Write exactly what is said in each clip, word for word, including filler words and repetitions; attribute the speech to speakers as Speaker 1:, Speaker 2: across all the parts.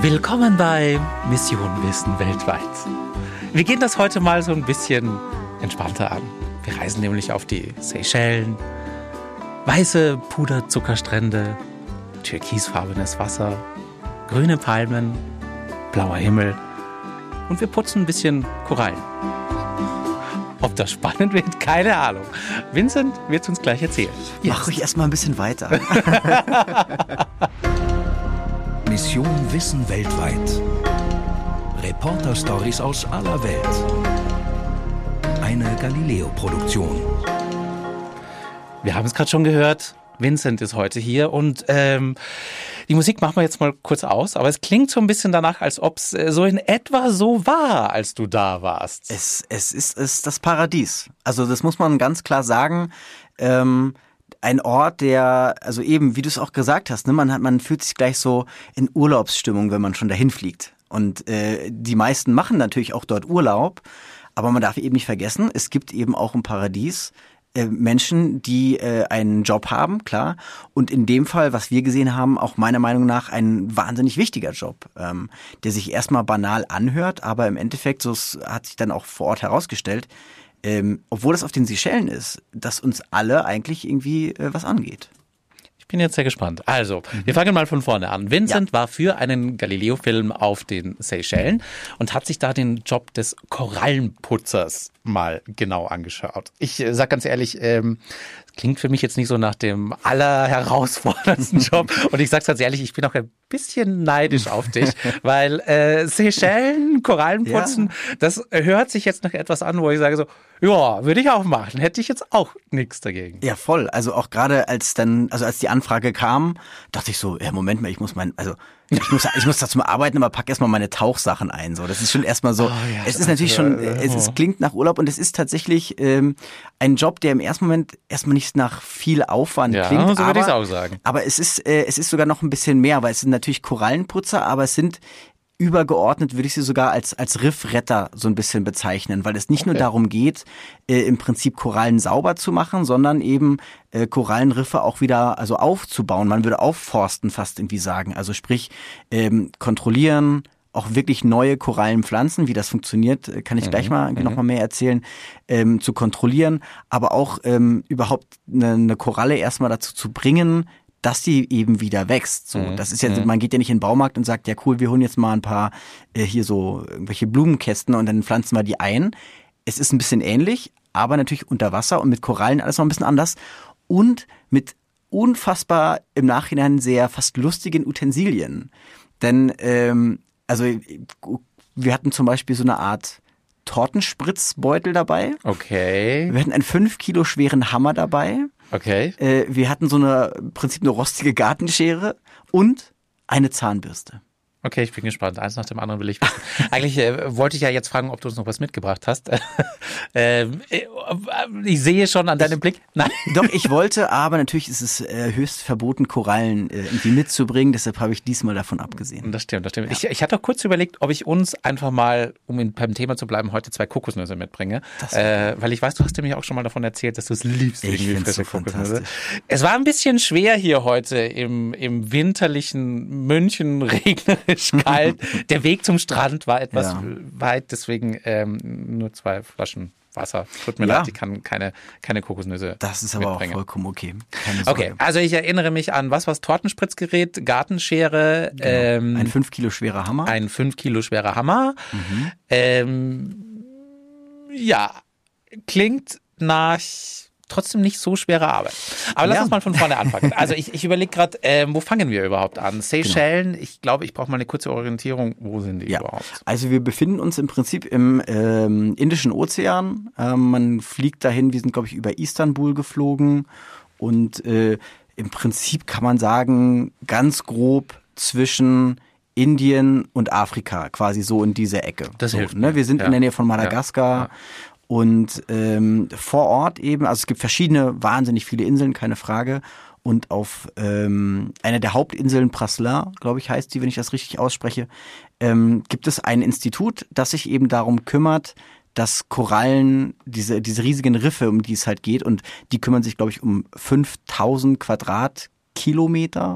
Speaker 1: Willkommen bei Mission Wissen weltweit. Wir gehen das heute mal so ein bisschen entspannter an. Wir reisen nämlich auf die Seychellen. Weiße Puderzuckerstrände, türkisfarbenes Wasser, grüne Palmen, blauer Himmel und wir putzen ein bisschen Korallen. Ob das spannend wird, keine Ahnung. Vincent wird es uns gleich erzählen.
Speaker 2: Jetzt. Mach ruhig erstmal ein bisschen weiter.
Speaker 3: Mission Wissen weltweit. Reporter-Stories aus aller Welt. Eine Galileo-Produktion.
Speaker 1: Wir haben es gerade schon gehört. Vincent ist heute hier und ähm, die Musik machen wir jetzt mal kurz aus, aber es klingt so ein bisschen danach, als ob es äh, so in etwa so war, als du da warst.
Speaker 2: Es, es ist, es ist das Paradies. Also das muss man ganz klar sagen. Ähm, ein Ort, der, also eben, wie du es auch gesagt hast, ne, man hat, man fühlt sich gleich so in Urlaubsstimmung, wenn man schon dahin fliegt. Und äh, die meisten machen natürlich auch dort Urlaub, aber man darf eben nicht vergessen, es gibt eben auch im Paradies äh, Menschen, die äh, einen Job haben, klar. Und in dem Fall, was wir gesehen haben, auch meiner Meinung nach ein wahnsinnig wichtiger Job, ähm, der sich erstmal banal anhört, aber im Endeffekt, so hat sich dann auch vor Ort herausgestellt, Ähm, obwohl das auf den Seychellen ist, dass uns alle eigentlich irgendwie äh, was angeht.
Speaker 1: Ich bin jetzt sehr gespannt. Also, mhm. wir fangen mal von vorne an. Vincent ja. war für einen Galileo-Film auf den Seychellen und hat sich da den Job des Korallenputzers mal genau angeschaut. Ich äh, sag ganz ehrlich, ähm, klingt für mich jetzt nicht so nach dem allerherausforderndsten Job. Und ich sag's ganz ehrlich, ich bin auch ein bisschen neidisch auf dich, weil äh, Seychellen, Korallenputzen, ja. das hört sich jetzt nach etwas an, wo ich sage so, ja, würde ich auch machen. Hätte ich jetzt auch nichts dagegen.
Speaker 2: Ja, voll. Also auch gerade als dann, also als die Anfrage kam, dachte ich so, ja, Moment mal, ich muss mein, also ich muss, ich muss da zum Arbeiten, aber pack erstmal meine Tauchsachen ein. So, das ist schon erstmal so. Oh, ja, es ist natürlich schon, es, es klingt nach Urlaub und es ist tatsächlich ähm, ein Job, der im ersten Moment erstmal nicht nach viel Aufwand
Speaker 1: ja,
Speaker 2: klingt.
Speaker 1: So würde ich es auch sagen.
Speaker 2: Aber es ist, äh, es ist sogar noch ein bisschen mehr, weil es sind natürlich Korallenputzer, aber es sind übergeordnet würde ich sie sogar als als Riffretter so ein bisschen bezeichnen, weil es nicht okay. nur darum geht, äh, im Prinzip Korallen sauber zu machen, sondern eben äh, Korallenriffe auch wieder also aufzubauen. Man würde aufforsten fast irgendwie sagen. Also sprich ähm, kontrollieren, auch wirklich neue Korallen pflanzen. Wie das funktioniert, kann ich mhm. gleich mal mhm. noch mal mehr erzählen. Ähm, zu kontrollieren, aber auch ähm, überhaupt eine, eine Koralle erstmal dazu zu bringen, dass die eben wieder wächst. So, mhm. das ist ja, man geht ja nicht in den Baumarkt und sagt, ja cool, wir holen jetzt mal ein paar äh, hier so irgendwelche Blumenkästen und dann pflanzen wir die ein. Es ist ein bisschen ähnlich, aber natürlich unter Wasser und mit Korallen alles noch ein bisschen anders und mit unfassbar im Nachhinein sehr fast lustigen Utensilien. Denn ähm, also wir hatten zum Beispiel so eine Art Tortenspritzbeutel dabei.
Speaker 1: Okay.
Speaker 2: Wir hatten einen fünf Kilo schweren Hammer dabei.
Speaker 1: Okay.
Speaker 2: Äh, wir hatten so eine, im Prinzip eine rostige Gartenschere und eine Zahnbürste.
Speaker 1: Okay, ich bin gespannt. Eins nach dem anderen will ich wissen. Eigentlich äh, wollte ich ja jetzt fragen, ob du uns noch was mitgebracht hast. ähm, äh, ich sehe schon an deinem Blick. Nein.
Speaker 2: Doch, ich wollte, aber natürlich ist es äh, höchst verboten, Korallen äh, irgendwie mitzubringen. Deshalb habe ich diesmal davon abgesehen.
Speaker 1: Das stimmt, das stimmt.
Speaker 2: Ja.
Speaker 1: Ich, ich hatte auch kurz überlegt, ob ich uns einfach mal, um in, beim Thema zu bleiben, heute zwei Kokosnüsse mitbringe. Äh, weil ich weiß, du hast mir auch schon mal davon erzählt, dass du es liebst,
Speaker 2: ich
Speaker 1: irgendwie frische
Speaker 2: so
Speaker 1: Kokosnüsse. Es war ein bisschen schwer hier heute im, im winterlichen München, regnerisch kalt. Der Weg zum Strand war etwas ja. weit, deswegen ähm, nur zwei Flaschen Wasser. Tut mir ja. leid, ich kann keine, keine Kokosnüsse
Speaker 2: Das ist aber mitbringen. Auch vollkommen okay. Keine
Speaker 1: Sorge. Okay, also ich erinnere mich an, was war's? Tortenspritzgerät, Gartenschere.
Speaker 2: Genau. Ähm, ein fünf Kilo schwerer Hammer.
Speaker 1: Ein fünf Kilo schwerer Hammer. Mhm. Ähm, ja, klingt nach trotzdem nicht so schwere Arbeit. Aber lass ja. uns mal von vorne anfangen. Also ich, ich überlege gerade, äh, wo fangen wir überhaupt an? Seychellen, genau. ich glaube, ich brauche mal eine kurze Orientierung. Wo sind die ja. überhaupt?
Speaker 2: Also wir befinden uns im Prinzip im ähm, Indischen Ozean. Ähm, man fliegt dahin, wir sind, glaube ich, über Istanbul geflogen. Und äh, im Prinzip kann man sagen, ganz grob zwischen Indien und Afrika, quasi so in diese Ecke.
Speaker 1: Das
Speaker 2: so,
Speaker 1: hilft
Speaker 2: ne?
Speaker 1: mir.
Speaker 2: Wir sind
Speaker 1: ja.
Speaker 2: in der Nähe von Madagaskar. Ja. Ja. Und ähm, vor Ort eben, also es gibt verschiedene, wahnsinnig viele Inseln, keine Frage. Und auf ähm, einer der Hauptinseln, Praslin, glaube ich, heißt die, wenn ich das richtig ausspreche, ähm, gibt es ein Institut, das sich eben darum kümmert, dass Korallen, diese diese riesigen Riffe, um die es halt geht, und die kümmern sich, glaube ich, um fünftausend Quadratkilometer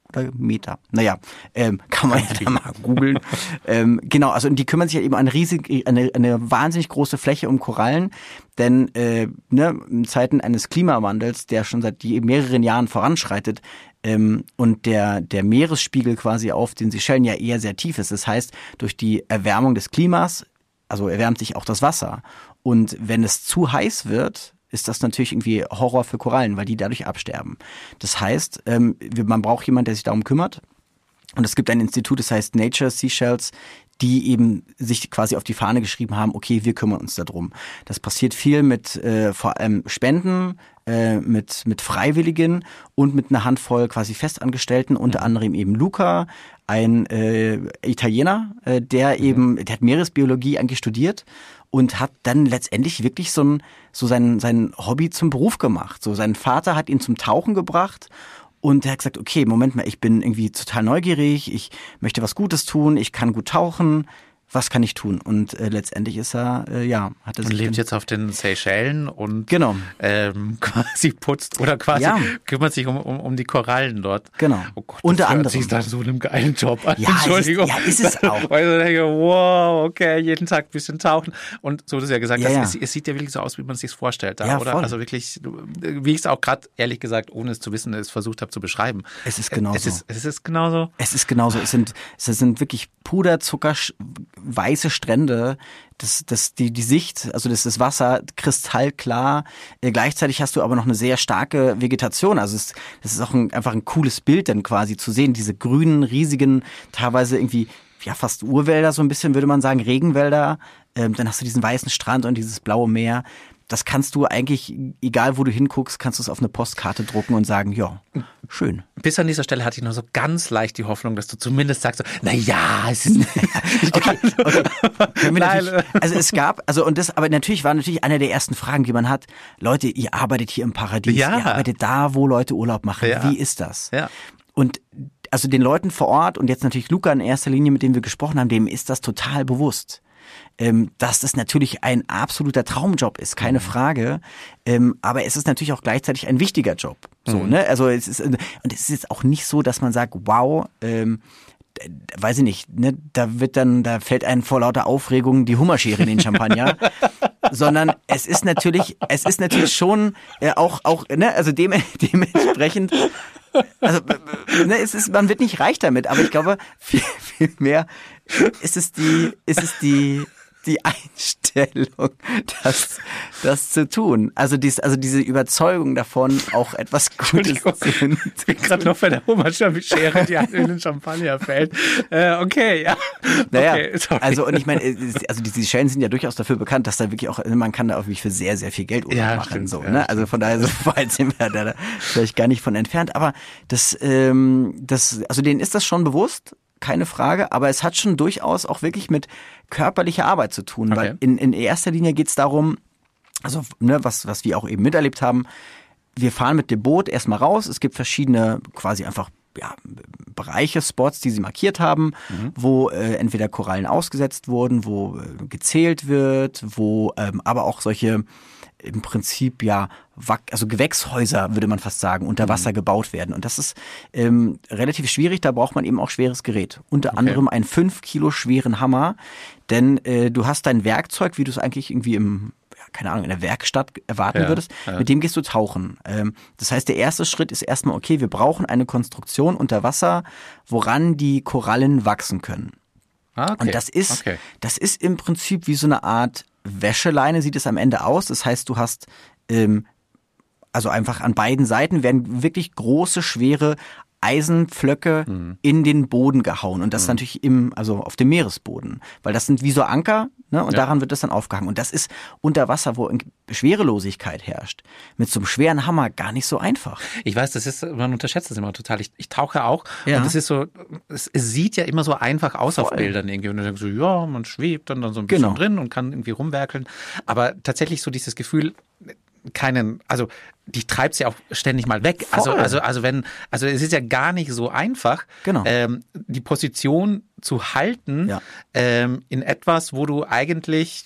Speaker 2: oder Meter? Naja, ähm, kann man ja da mal googeln. ähm, genau, also die kümmern sich ja eben eine riesig, eine, eine wahnsinnig große Fläche um Korallen, denn äh, ne, in Zeiten eines Klimawandels, der schon seit mehreren Jahren voranschreitet, ähm, und der der Meeresspiegel quasi auf den Seychellen ja eher sehr tief ist. Das heißt, durch die Erwärmung des Klimas, also erwärmt sich auch das Wasser. Und wenn es zu heiß wird, ist das natürlich irgendwie Horror für Korallen, weil die dadurch absterben. Das heißt, ähm, man braucht jemanden, der sich darum kümmert. Und es gibt ein Institut, das heißt Nature Seychelles, die eben sich quasi auf die Fahne geschrieben haben, okay, wir kümmern uns darum. Das passiert viel mit äh, vor allem Spenden, äh, mit mit Freiwilligen und mit einer Handvoll quasi Festangestellten, unter anderem eben Luca, ein äh, Italiener, äh, der mhm. eben, der hat Meeresbiologie eigentlich studiert und hat dann letztendlich wirklich so ein so sein sein Hobby zum Beruf gemacht. So sein Vater hat ihn zum Tauchen gebracht. Und er hat gesagt, okay, Moment mal, ich bin irgendwie total neugierig, ich möchte was Gutes tun, ich kann gut tauchen, was kann ich tun? Und äh, letztendlich ist er, äh, ja, hat er
Speaker 1: und lebt jetzt auf den Seychellen und
Speaker 2: genau.
Speaker 1: ähm, quasi putzt oder quasi ja. kümmert sich um, um, um die Korallen dort.
Speaker 2: Genau.
Speaker 1: Oh Gott,
Speaker 2: unter
Speaker 1: das
Speaker 2: anderem.
Speaker 1: Sich da so einem geilen Job an.
Speaker 2: Ja,
Speaker 1: Entschuldigung.
Speaker 2: Ist es, ja, ist es auch.
Speaker 1: Weil ich denke, wow, okay, jeden Tag ein bisschen tauchen. Und so, du hast ja gesagt,
Speaker 2: ja,
Speaker 1: das,
Speaker 2: ja.
Speaker 1: Es, es sieht ja wirklich so aus, wie man es sich vorstellt da,
Speaker 2: ja,
Speaker 1: oder?
Speaker 2: Voll.
Speaker 1: Also wirklich, wie ich es auch gerade, ehrlich gesagt, ohne es zu wissen, es versucht habe zu beschreiben.
Speaker 2: Es ist genauso.
Speaker 1: Es ist, es ist genauso.
Speaker 2: Es ist genauso. Es sind, es sind wirklich Puderzucker, weiße Strände. Das, das, die, die Sicht, also das, das Wasser kristallklar. Äh, gleichzeitig hast du aber noch eine sehr starke Vegetation. Also es, das ist auch ein, einfach ein cooles Bild dann quasi zu sehen. Diese grünen, riesigen, teilweise irgendwie ja fast Urwälder so ein bisschen, würde man sagen, Regenwälder. Ähm, dann hast du diesen weißen Strand und dieses blaue Meer. Das kannst du eigentlich, egal wo du hinguckst, kannst du es auf eine Postkarte drucken und sagen, ja, schön.
Speaker 1: Bis an dieser Stelle hatte ich nur so ganz leicht die Hoffnung, dass du zumindest sagst, so, na ja, es ist
Speaker 2: okay, okay. Können wir natürlich, also es gab, also und das, aber natürlich war natürlich eine der ersten Fragen, die man hat. Leute, ihr arbeitet hier im Paradies,
Speaker 1: ja.
Speaker 2: ihr arbeitet da, wo Leute Urlaub machen.
Speaker 1: Ja.
Speaker 2: Wie ist das?
Speaker 1: Ja.
Speaker 2: Und also den Leuten vor Ort und jetzt natürlich Luca in erster Linie, mit dem wir gesprochen haben, dem ist das total bewusst. Ähm, dass das natürlich ein absoluter Traumjob ist, keine mhm. Frage. Ähm, aber es ist natürlich auch gleichzeitig ein wichtiger Job. So, mhm. ne? Also es ist, und es ist jetzt auch nicht so, dass man sagt, wow, ähm, weiß ich nicht, ne, da wird dann, da fällt einem vor lauter Aufregung die Hummerschere in den Champagner. Sondern es ist natürlich, es ist natürlich schon äh, auch, auch, ne, also dem, dementsprechend, also ne, es ist, man wird nicht reich damit, aber ich glaube, viel, viel mehr ist es die, ist es die, die Einstellung, das, das zu tun. Also dies, also diese Überzeugung davon, auch etwas Gutes zu tun.
Speaker 1: Ich bin gerade noch bei der Hummerschere, die einem in den Champagner fällt. Äh, okay, ja.
Speaker 2: Naja,
Speaker 1: okay, sorry.
Speaker 2: also und ich meine, also die Seychellen sind ja durchaus dafür bekannt, dass da wirklich auch, man kann da auch wirklich für sehr, sehr viel Geld Urlaub
Speaker 1: ja,
Speaker 2: machen.
Speaker 1: Stimmt,
Speaker 2: so,
Speaker 1: ja,
Speaker 2: ne? Also von daher, so weit sind wir da, da vielleicht gar nicht von entfernt. Aber das, ähm, das, also denen ist das schon bewusst. Keine Frage, aber es hat schon durchaus auch wirklich mit körperlicher Arbeit zu tun, okay. weil in, in erster Linie geht es darum, also ne, was, was wir auch eben miterlebt haben, wir fahren mit dem Boot erstmal raus, es gibt verschiedene quasi einfach ja, Bereiche, Spots, die sie markiert haben, mhm. wo äh, entweder Korallen ausgesetzt wurden, wo äh, gezählt wird, wo ähm, aber auch solche im Prinzip ja also Gewächshäuser, würde man fast sagen, unter Wasser mhm. gebaut werden. Und das ist ähm, relativ schwierig, da braucht man eben auch schweres Gerät. Unter okay. anderem einen fünf Kilo schweren Hammer, denn äh, du hast dein Werkzeug, wie du es eigentlich irgendwie im, ja, keine Ahnung, in der Werkstatt erwarten ja, würdest, ja. mit dem gehst du tauchen. Ähm, das heißt, der erste Schritt ist erstmal, okay, wir brauchen eine Konstruktion unter Wasser, woran die Korallen wachsen können.
Speaker 1: Ah, okay.
Speaker 2: Und das ist,
Speaker 1: okay.
Speaker 2: das ist im Prinzip wie so eine Art Wäscheleine, sieht es am Ende aus. Das heißt, du hast ähm, also einfach an beiden Seiten werden wirklich große, schwere Eisenpflöcke mhm. in den Boden gehauen. Und das mhm. natürlich im, also auf dem Meeresboden. Weil das sind wie so Anker, ne? Und ja. daran wird das dann aufgehangen. Und das ist unter Wasser, wo Schwerelosigkeit herrscht, mit so einem schweren Hammer gar nicht so einfach.
Speaker 1: Ich weiß, das ist, man unterschätzt das immer total. Ich, ich tauche auch
Speaker 2: ja.
Speaker 1: und das ist so, es, es sieht ja immer so einfach aus Voll. Auf Bildern irgendwie. Und du denkst so, ja, man schwebt dann, dann so ein bisschen
Speaker 2: genau.
Speaker 1: drin und kann irgendwie rumwerkeln. Aber tatsächlich so dieses Gefühl, keinen, also die treibt sie auch ständig mal weg.
Speaker 2: Voll.
Speaker 1: Also, also, also wenn, also es ist ja gar nicht so einfach,
Speaker 2: genau.
Speaker 1: ähm, die Position zu halten
Speaker 2: ja.
Speaker 1: ähm, in etwas, wo du eigentlich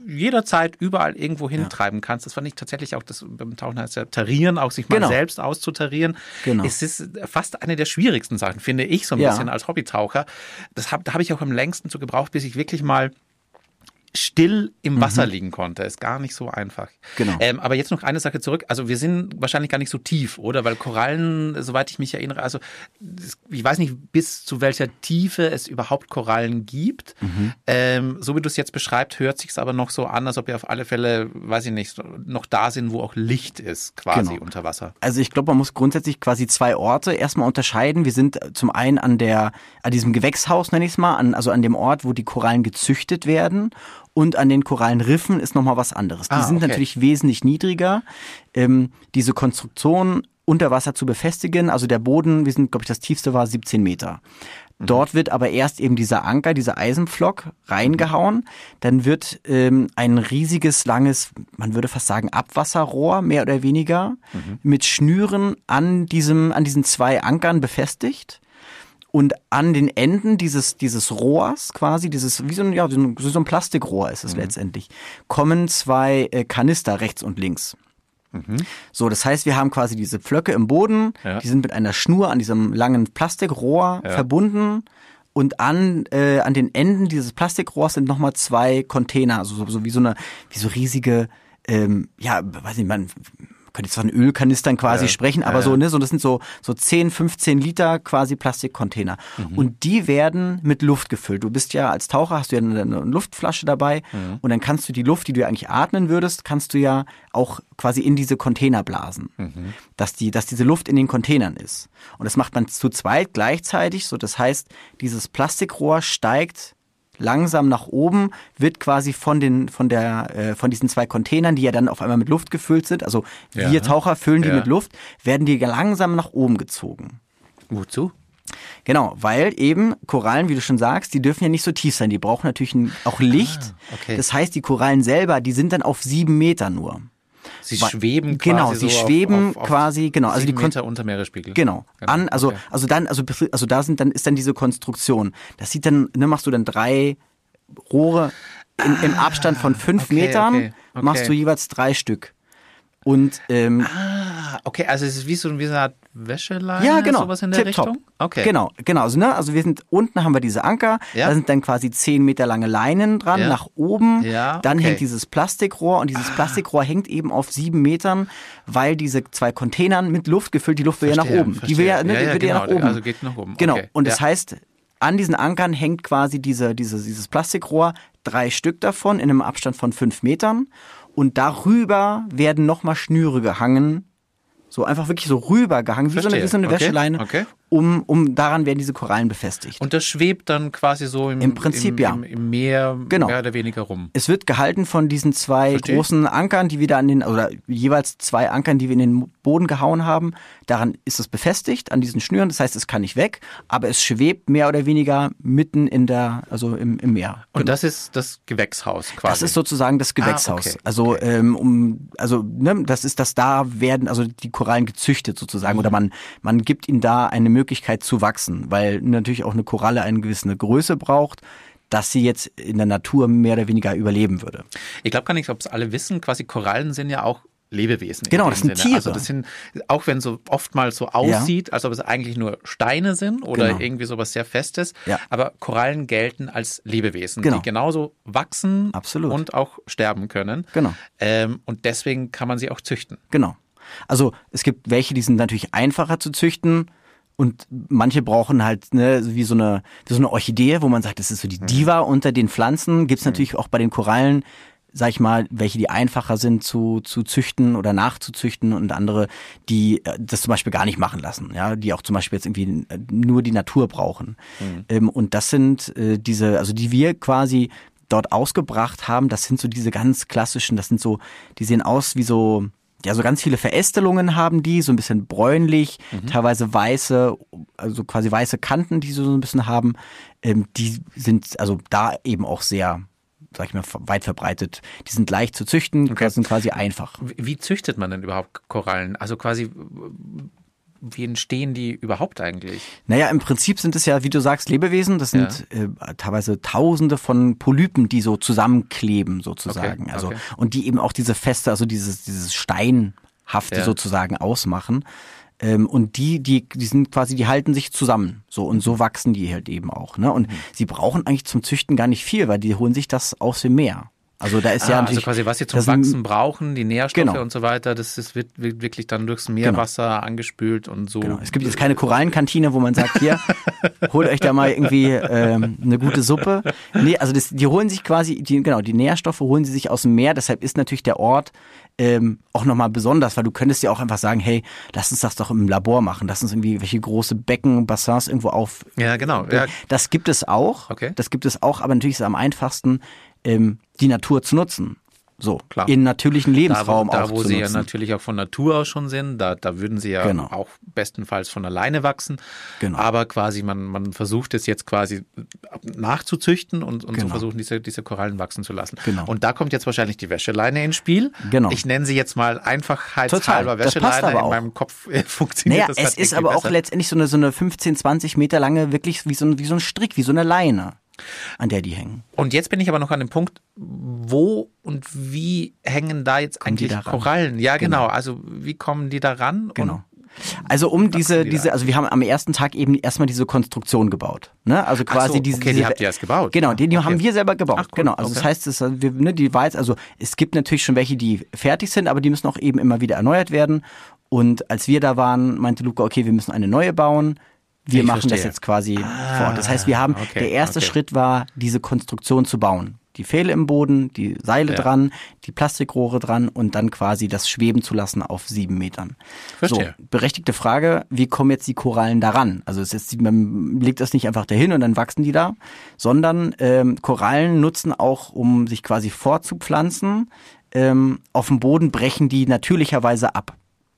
Speaker 1: jederzeit überall irgendwo hintreiben ja. kannst. Das fand ich tatsächlich auch, das beim Tauchen heißt ja tarieren, auch sich mal
Speaker 2: genau.
Speaker 1: selbst auszutarieren. Genau. Es ist fast eine der schwierigsten Sachen, finde ich so ein ja. bisschen als Hobbytaucher. Das hab, da habe ich auch am längsten zu gebraucht, bis ich wirklich mal still im Wasser mhm. liegen konnte. Ist gar nicht so einfach.
Speaker 2: Genau.
Speaker 1: Ähm, aber jetzt noch eine Sache zurück. Also wir sind wahrscheinlich gar nicht so tief, oder? Weil Korallen, soweit ich mich erinnere, also ich weiß nicht, bis zu welcher Tiefe es überhaupt Korallen gibt. Mhm. Ähm, so wie du es jetzt beschreibst, hört sich es aber noch so an, als ob wir auf alle Fälle, weiß ich nicht, noch da sind, wo auch Licht ist, quasi genau. unter Wasser.
Speaker 2: Also ich glaube, man muss grundsätzlich quasi zwei Orte erstmal unterscheiden. Wir sind zum einen an der, an diesem Gewächshaus, nenne ich es mal, an, also an dem Ort, wo die Korallen gezüchtet werden. Und an den Korallenriffen ist nochmal was anderes. Die ah, sind okay. natürlich wesentlich niedriger. Ähm, diese Konstruktion unter Wasser zu befestigen, also der Boden, wir sind, glaube ich, das tiefste war siebzehn Meter. Mhm. Dort wird aber erst eben dieser Anker, dieser Eisenpflock reingehauen. Dann wird ähm, ein riesiges, langes, man würde fast sagen Abwasserrohr, mehr oder weniger, mhm. mit Schnüren an diesem, an diesen zwei Ankern befestigt. Und an den Enden dieses dieses Rohrs quasi, dieses wie so ein ja so ein Plastikrohr ist es mhm. letztendlich, kommen zwei äh, Kanister rechts und links. Mhm. So, das heißt, wir haben quasi diese Pflöcke im Boden, ja. die sind mit einer Schnur an diesem langen Plastikrohr ja. verbunden. Und an äh, an den Enden dieses Plastikrohrs sind nochmal zwei Container, also so, so wie so eine wie so riesige ähm, ja, weiß nicht, man könnte jetzt von Ölkanistern quasi ja, sprechen, aber ja, so, ne, so, das sind so, so zehn, fünfzehn Liter quasi Plastikcontainer. Mhm. Und die werden mit Luft gefüllt. Du bist ja als Taucher, hast du ja eine, eine Luftflasche dabei mhm. und dann kannst du die Luft, die du ja eigentlich atmen würdest, kannst du ja auch quasi in diese Container blasen. Mhm. Dass die, dass diese Luft in den Containern ist. Und das macht man zu zweit gleichzeitig, so, das heißt, dieses Plastikrohr steigt langsam nach oben, wird quasi von den von der äh, von diesen zwei Containern, die ja dann auf einmal mit Luft gefüllt sind, also ja. wir Taucher füllen die ja. mit Luft, werden die langsam nach oben gezogen.
Speaker 1: Wozu?
Speaker 2: Genau, weil eben Korallen, wie du schon sagst, die dürfen ja nicht so tief sein, die brauchen natürlich auch Licht. Ah, okay. Das heißt, die Korallen selber, die sind dann auf sieben Meter nur.
Speaker 1: Sie schweben quasi
Speaker 2: genau, sie
Speaker 1: so
Speaker 2: schweben
Speaker 1: auf, auf, auf
Speaker 2: quasi genau, also die
Speaker 1: Meter unter Meeresspiegel.
Speaker 2: Genau.
Speaker 1: genau.
Speaker 2: An, also
Speaker 1: okay.
Speaker 2: also dann also also da sind dann ist dann diese Konstruktion. Das sieht dann, ne, machst du dann drei Rohre in, im Abstand von fünf
Speaker 1: okay,
Speaker 2: Metern,
Speaker 1: okay, okay.
Speaker 2: machst du jeweils drei Stück. Und ähm,
Speaker 1: ah, okay, also es ist wie so, wie so eine Art Wäscheleine,
Speaker 2: ja, genau.
Speaker 1: sowas in der
Speaker 2: Tip-top.
Speaker 1: Richtung? Okay.
Speaker 2: Genau, genau. Also, ne, also wir sind, unten haben wir diese Anker,
Speaker 1: ja.
Speaker 2: da sind dann quasi zehn Meter lange Leinen dran,
Speaker 1: ja.
Speaker 2: nach oben.
Speaker 1: Ja,
Speaker 2: dann
Speaker 1: okay.
Speaker 2: hängt dieses Plastikrohr und dieses ah. Plastikrohr hängt eben auf sieben Metern, weil diese zwei Containern mit Luft gefüllt, die Luft will
Speaker 1: verstehe,
Speaker 2: ja nach oben.
Speaker 1: Verstehe.
Speaker 2: Die will ja, ne,
Speaker 1: ja,
Speaker 2: die
Speaker 1: ja,
Speaker 2: will
Speaker 1: genau,
Speaker 2: ja nach oben.
Speaker 1: Also geht nach oben.
Speaker 2: Genau.
Speaker 1: Okay.
Speaker 2: Und
Speaker 1: ja.
Speaker 2: das heißt, an diesen Ankern hängt quasi diese, diese, dieses Plastikrohr, drei Stück davon in einem Abstand von fünf Metern. Und darüber werden nochmal Schnüre gehangen, so einfach wirklich so rübergehangen, wie so eine, wie so eine
Speaker 1: okay.
Speaker 2: Wäscheleine,
Speaker 1: okay.
Speaker 2: um, um daran werden diese Korallen befestigt.
Speaker 1: Und das schwebt dann quasi so im,
Speaker 2: Im Prinzip,
Speaker 1: im,
Speaker 2: ja.
Speaker 1: im, im Meer
Speaker 2: genau.
Speaker 1: mehr oder weniger rum.
Speaker 2: Es wird gehalten von diesen zwei
Speaker 1: Verstehe.
Speaker 2: großen Ankern, die wir da an den, oder jeweils zwei Ankern, die wir in den Boden gehauen haben. Daran ist es befestigt, an diesen Schnüren. Das heißt, es kann nicht weg, aber es schwebt mehr oder weniger mitten in der, also im, im Meer.
Speaker 1: Und das ist das Gewächshaus quasi?
Speaker 2: Das ist sozusagen das Gewächshaus.
Speaker 1: Ah, okay.
Speaker 2: Also,
Speaker 1: okay.
Speaker 2: ähm, um, also, ne, das ist das, da werden, also die Korallen gezüchtet sozusagen, mhm. oder man, man gibt ihnen da eine Möglichkeit zu wachsen, weil natürlich auch eine Koralle eine gewisse Größe braucht, dass sie jetzt in der Natur mehr oder weniger überleben würde.
Speaker 1: Ich glaube gar nicht, ob es alle wissen, quasi Korallen sind ja auch Lebewesen.
Speaker 2: Genau, das sind
Speaker 1: Sinne.
Speaker 2: Tiere.
Speaker 1: Also das sind, auch wenn so oftmals so aussieht, ja. als ob es eigentlich nur Steine sind oder genau. irgendwie sowas sehr Festes,
Speaker 2: ja.
Speaker 1: aber Korallen gelten als Lebewesen,
Speaker 2: genau.
Speaker 1: die genauso wachsen
Speaker 2: Absolut.
Speaker 1: Und auch sterben können.
Speaker 2: Genau.
Speaker 1: Ähm, und deswegen kann man sie auch züchten.
Speaker 2: Genau. Also es gibt welche, die sind natürlich einfacher zu züchten. Und manche brauchen halt, ne, wie so eine, wie so eine Orchidee, wo man sagt, das ist so die Diva unter den Pflanzen. Gibt's natürlich auch bei den Korallen, sag ich mal, welche, die einfacher sind zu, zu züchten oder nachzuzüchten und andere, die das zum Beispiel gar nicht machen lassen, ja, die auch zum Beispiel jetzt irgendwie nur die Natur brauchen. Mhm. Ähm, und das sind äh, diese, also die wir quasi dort ausgebracht haben, das sind so diese ganz klassischen, das sind so, die sehen aus wie so, ja, so ganz viele Verästelungen haben die, so ein bisschen bräunlich, mhm. teilweise weiße, also quasi weiße Kanten, die sie so ein bisschen haben. Ähm, die sind also da eben auch sehr, sag ich mal, weit verbreitet. Die sind leicht zu züchten, okay. sind quasi einfach.
Speaker 1: Wie züchtet man denn überhaupt Korallen? Also quasi wie entstehen die überhaupt eigentlich?
Speaker 2: Naja, im Prinzip sind es ja, wie du sagst, Lebewesen. Das sind ja. äh, teilweise Tausende von Polypen, die so zusammenkleben sozusagen.
Speaker 1: Okay,
Speaker 2: also
Speaker 1: okay.
Speaker 2: und die eben auch diese Feste, also dieses, dieses Steinhafte
Speaker 1: Ja.
Speaker 2: sozusagen ausmachen. Ähm, und die, die, die sind quasi, die halten sich zusammen. So und so wachsen die halt eben auch. Ne? Und mhm. sie brauchen eigentlich zum Züchten gar nicht viel, weil die holen sich das aus dem Meer. Also da ist
Speaker 1: ah,
Speaker 2: ja
Speaker 1: also
Speaker 2: natürlich,
Speaker 1: quasi was sie zum
Speaker 2: das
Speaker 1: Wachsen
Speaker 2: sind,
Speaker 1: brauchen, die Nährstoffe
Speaker 2: genau.
Speaker 1: und so weiter, das ist, wird, wird wirklich dann durchs Meerwasser genau. angespült und so.
Speaker 2: Genau. Es gibt jetzt keine Korallenkantine, wo man sagt, hier, holt euch da mal irgendwie ähm, eine gute Suppe. Nee, also das, die holen sich quasi, die, genau, die Nährstoffe holen sie sich aus dem Meer, deshalb ist natürlich der Ort ähm, auch nochmal besonders, weil du könntest ja auch einfach sagen, hey, lass uns das doch im Labor machen, lass uns irgendwie welche große Becken, Bassins irgendwo auf.
Speaker 1: Ja, genau. Ja.
Speaker 2: Das gibt es auch,
Speaker 1: okay.
Speaker 2: das gibt es auch, aber natürlich ist es am einfachsten, ähm, die Natur zu nutzen. So,
Speaker 1: klar.
Speaker 2: In natürlichen Lebensraum
Speaker 1: da, wo,
Speaker 2: auch
Speaker 1: da, wo
Speaker 2: zu
Speaker 1: sie
Speaker 2: nutzen.
Speaker 1: ja natürlich auch von Natur aus schon sind, da, da würden sie ja
Speaker 2: genau.
Speaker 1: auch bestenfalls von alleine wachsen.
Speaker 2: Genau.
Speaker 1: Aber quasi, man, man versucht es jetzt quasi nachzuzüchten und, und
Speaker 2: genau.
Speaker 1: so versuchen, diese, diese Korallen wachsen zu lassen.
Speaker 2: Genau.
Speaker 1: Und da kommt jetzt wahrscheinlich die Wäscheleine ins Spiel.
Speaker 2: Genau.
Speaker 1: Ich nenne sie jetzt mal einfachheitshalber Wäscheleine. In meinem Kopf funktioniert
Speaker 2: naja,
Speaker 1: das
Speaker 2: es ist aber
Speaker 1: besser.
Speaker 2: auch letztendlich so eine, so eine fünfzehn, zwanzig Meter lange, wirklich wie so ein, wie so ein Strick, wie so eine Leine, an der die hängen.
Speaker 1: Und jetzt bin ich aber noch an dem Punkt, wo und wie hängen da jetzt
Speaker 2: kommen
Speaker 1: eigentlich
Speaker 2: da
Speaker 1: Korallen? Ja, genau.
Speaker 2: genau.
Speaker 1: Also wie kommen die da ran?
Speaker 2: Genau. Also um diese, diese, also wir haben am ersten Tag eben erstmal diese Konstruktion gebaut. Ne? Also quasi
Speaker 1: so,
Speaker 2: diese.
Speaker 1: Okay,
Speaker 2: diese,
Speaker 1: die habt ihr erst gebaut.
Speaker 2: Genau, die, die
Speaker 1: okay.
Speaker 2: haben wir selber gebaut.
Speaker 1: Ach, cool.
Speaker 2: Genau. Also
Speaker 1: okay.
Speaker 2: das heißt, das, wir, ne, die war jetzt, also es gibt natürlich schon welche, die fertig sind, aber die müssen auch eben immer wieder erneuert werden. Und als wir da waren, meinte Luca, okay, wir müssen eine neue bauen. Wir
Speaker 1: ich
Speaker 2: machen
Speaker 1: verstehe.
Speaker 2: das jetzt quasi
Speaker 1: ah,
Speaker 2: vor Ort. Das heißt, wir haben,
Speaker 1: okay,
Speaker 2: der erste
Speaker 1: okay.
Speaker 2: Schritt war, diese Konstruktion zu bauen. Die Pfähle im Boden, die Seile
Speaker 1: ja.
Speaker 2: dran, die Plastikrohre dran und dann quasi das schweben zu lassen auf sieben Metern.
Speaker 1: Verstehe.
Speaker 2: So, berechtigte Frage, wie kommen jetzt die Korallen daran? Also es ist, man legt das nicht einfach dahin und dann wachsen die da, sondern ähm, Korallen nutzen auch, um sich quasi fortzupflanzen, ähm, auf dem Boden brechen die natürlicherweise ab.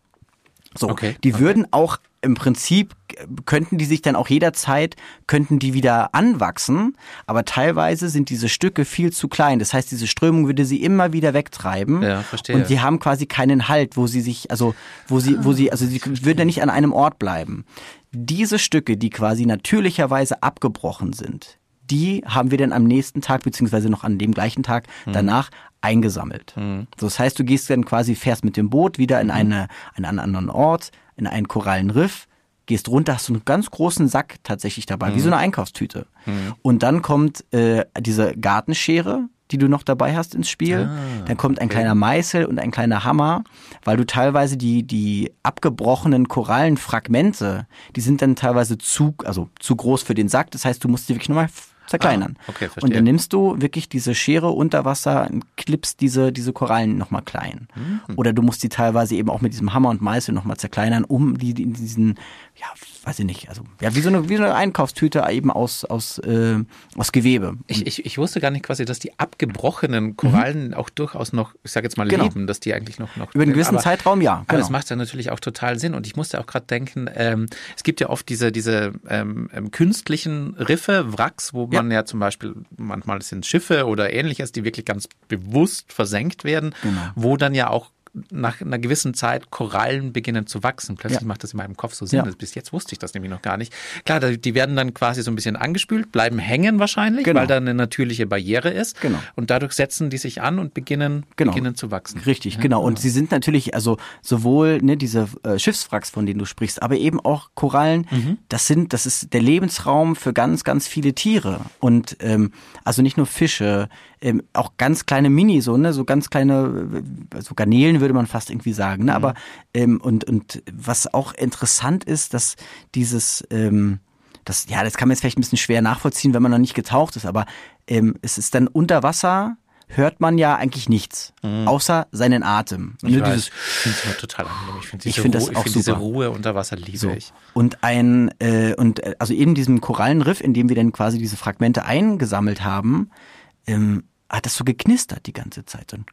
Speaker 2: So,
Speaker 1: okay,
Speaker 2: die
Speaker 1: okay.
Speaker 2: würden auch im Prinzip, könnten die sich dann auch jederzeit, könnten die wieder anwachsen, aber teilweise sind diese Stücke viel zu klein. Das heißt, diese Strömung würde sie immer wieder wegtreiben.
Speaker 1: Ja, verstehe.
Speaker 2: Und sie haben quasi keinen Halt, wo sie sich, also wo sie, wo sie, also sie würden ja nicht an einem Ort bleiben. Diese Stücke, die quasi natürlicherweise abgebrochen sind, die haben wir dann am nächsten Tag, beziehungsweise noch an dem gleichen Tag danach eingesammelt. Mhm. So, das heißt, du gehst dann quasi, fährst mit dem Boot wieder in eine, in einen anderen Ort, in einen Korallenriff, gehst runter, hast du einen ganz großen Sack tatsächlich dabei, mhm. wie so eine Einkaufstüte. Mhm. Und dann kommt äh, diese Gartenschere, die du noch dabei hast ins Spiel. Ah, dann kommt ein okay. kleiner Meißel und ein kleiner Hammer, weil du teilweise die, die abgebrochenen Korallenfragmente, die sind dann teilweise zu, also zu groß für den Sack. Das heißt, du musst die wirklich nochmal zerkleinern.
Speaker 1: Ah, okay, verstehe.
Speaker 2: Und dann nimmst du wirklich diese Schere unter Wasser und klippst diese, diese Korallen nochmal klein. Mhm. Oder du musst die teilweise eben auch mit diesem Hammer und Meißel nochmal zerkleinern, um die in diesen, ja, weiß ich nicht, also ja, wie so eine, wie so eine Einkaufstüte eben aus, aus, äh, aus Gewebe.
Speaker 1: Ich, ich, ich wusste gar nicht quasi, dass die abgebrochenen Korallen mhm. auch durchaus noch, ich sage jetzt mal,
Speaker 2: genau.
Speaker 1: leben, dass die eigentlich noch... noch
Speaker 2: Über einen gewissen
Speaker 1: aber,
Speaker 2: Zeitraum, ja.
Speaker 1: Aber
Speaker 2: genau.
Speaker 1: das macht ja natürlich auch total Sinn. Und ich musste auch gerade denken, ähm, es gibt ja oft diese, diese ähm, ähm, künstlichen Riffe, Wracks, wo man ja, ja zum Beispiel, manchmal sind Schiffe oder ähnliches, die wirklich ganz bewusst versenkt werden,
Speaker 2: genau.
Speaker 1: wo dann ja auch nach einer gewissen Zeit Korallen beginnen zu wachsen. Plötzlich
Speaker 2: ja.
Speaker 1: macht das in meinem Kopf so Sinn.
Speaker 2: Ja.
Speaker 1: Bis jetzt wusste ich das nämlich noch gar nicht. Klar, die werden dann quasi so ein bisschen angespült, bleiben hängen wahrscheinlich,
Speaker 2: genau.
Speaker 1: weil da eine natürliche Barriere ist.
Speaker 2: Genau.
Speaker 1: Und dadurch setzen die sich an und beginnen,
Speaker 2: genau.
Speaker 1: beginnen zu wachsen.
Speaker 2: Richtig,
Speaker 1: ja,
Speaker 2: genau. Und
Speaker 1: genau.
Speaker 2: sie sind natürlich, also sowohl ne, diese äh, Schiffswracks, von denen du sprichst, aber eben auch Korallen, mhm. das sind, das ist der Lebensraum für ganz, ganz viele Tiere. Und ähm, also nicht nur Fische, ähm, auch ganz kleine Mini, so, ne, so ganz kleine, so Garnelen würde man fast irgendwie sagen. Ne? Mhm. Aber ähm, und, und was auch interessant ist, dass dieses, ähm, das, ja, das kann man jetzt vielleicht ein bisschen schwer nachvollziehen, wenn man noch nicht getaucht ist, aber ähm, es ist dann unter Wasser, hört man ja eigentlich nichts, mhm. außer seinen Atem.
Speaker 1: Ich, ne, ich finde es total angenehm. Ich finde diese,
Speaker 2: find
Speaker 1: Ruhe,
Speaker 2: ich find
Speaker 1: diese Ruhe unter Wasser liebe
Speaker 2: so.
Speaker 1: ich.
Speaker 2: Und ein äh, und also in diesem Korallenriff, in dem wir dann quasi diese Fragmente eingesammelt haben, ähm, hat das so geknistert die ganze Zeit. Und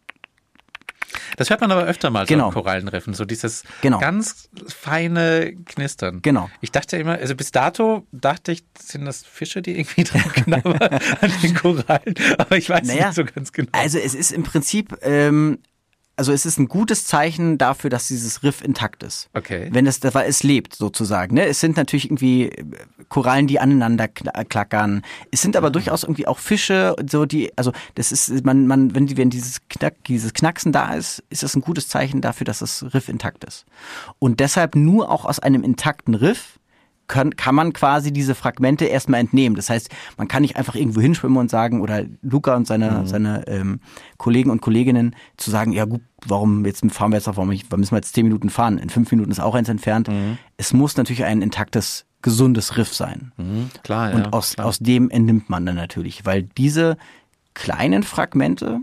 Speaker 1: das hört man aber öfter mal
Speaker 2: genau.
Speaker 1: so in Korallenriffen, so dieses
Speaker 2: genau.
Speaker 1: ganz feine Knistern.
Speaker 2: Genau.
Speaker 1: Ich dachte immer, also bis dato dachte ich, sind das Fische, die irgendwie dran knabbern an den Korallen, aber ich weiß naja, nicht so ganz genau.
Speaker 2: Also es ist im Prinzip, ähm, also es ist ein gutes Zeichen dafür, dass dieses Riff intakt ist.
Speaker 1: Okay.
Speaker 2: Wenn es, weil es lebt sozusagen. Ne? Es sind natürlich irgendwie Korallen, die aneinander klackern. Es sind aber durchaus irgendwie auch Fische, so die, also das ist, man, man, wenn die, wenn dieses Knack, dieses Knacksen da ist, ist das ein gutes Zeichen dafür, dass das Riff intakt ist. Und deshalb nur auch aus einem intakten Riff Kann, kann man quasi diese Fragmente erstmal entnehmen. Das heißt, man kann nicht einfach irgendwo hinschwimmen und sagen, oder Luca und seine, mhm. seine ähm, Kollegen und Kolleginnen zu sagen, ja gut, warum jetzt fahren wir jetzt auf, warum, ich, warum müssen wir jetzt zehn Minuten fahren? In fünf Minuten ist auch eins entfernt. Mhm. Es muss natürlich ein intaktes, gesundes Riff sein.
Speaker 1: Mhm. Klar, ja.
Speaker 2: Und aus,
Speaker 1: klar.
Speaker 2: aus dem entnimmt man dann natürlich, weil diese kleinen Fragmente,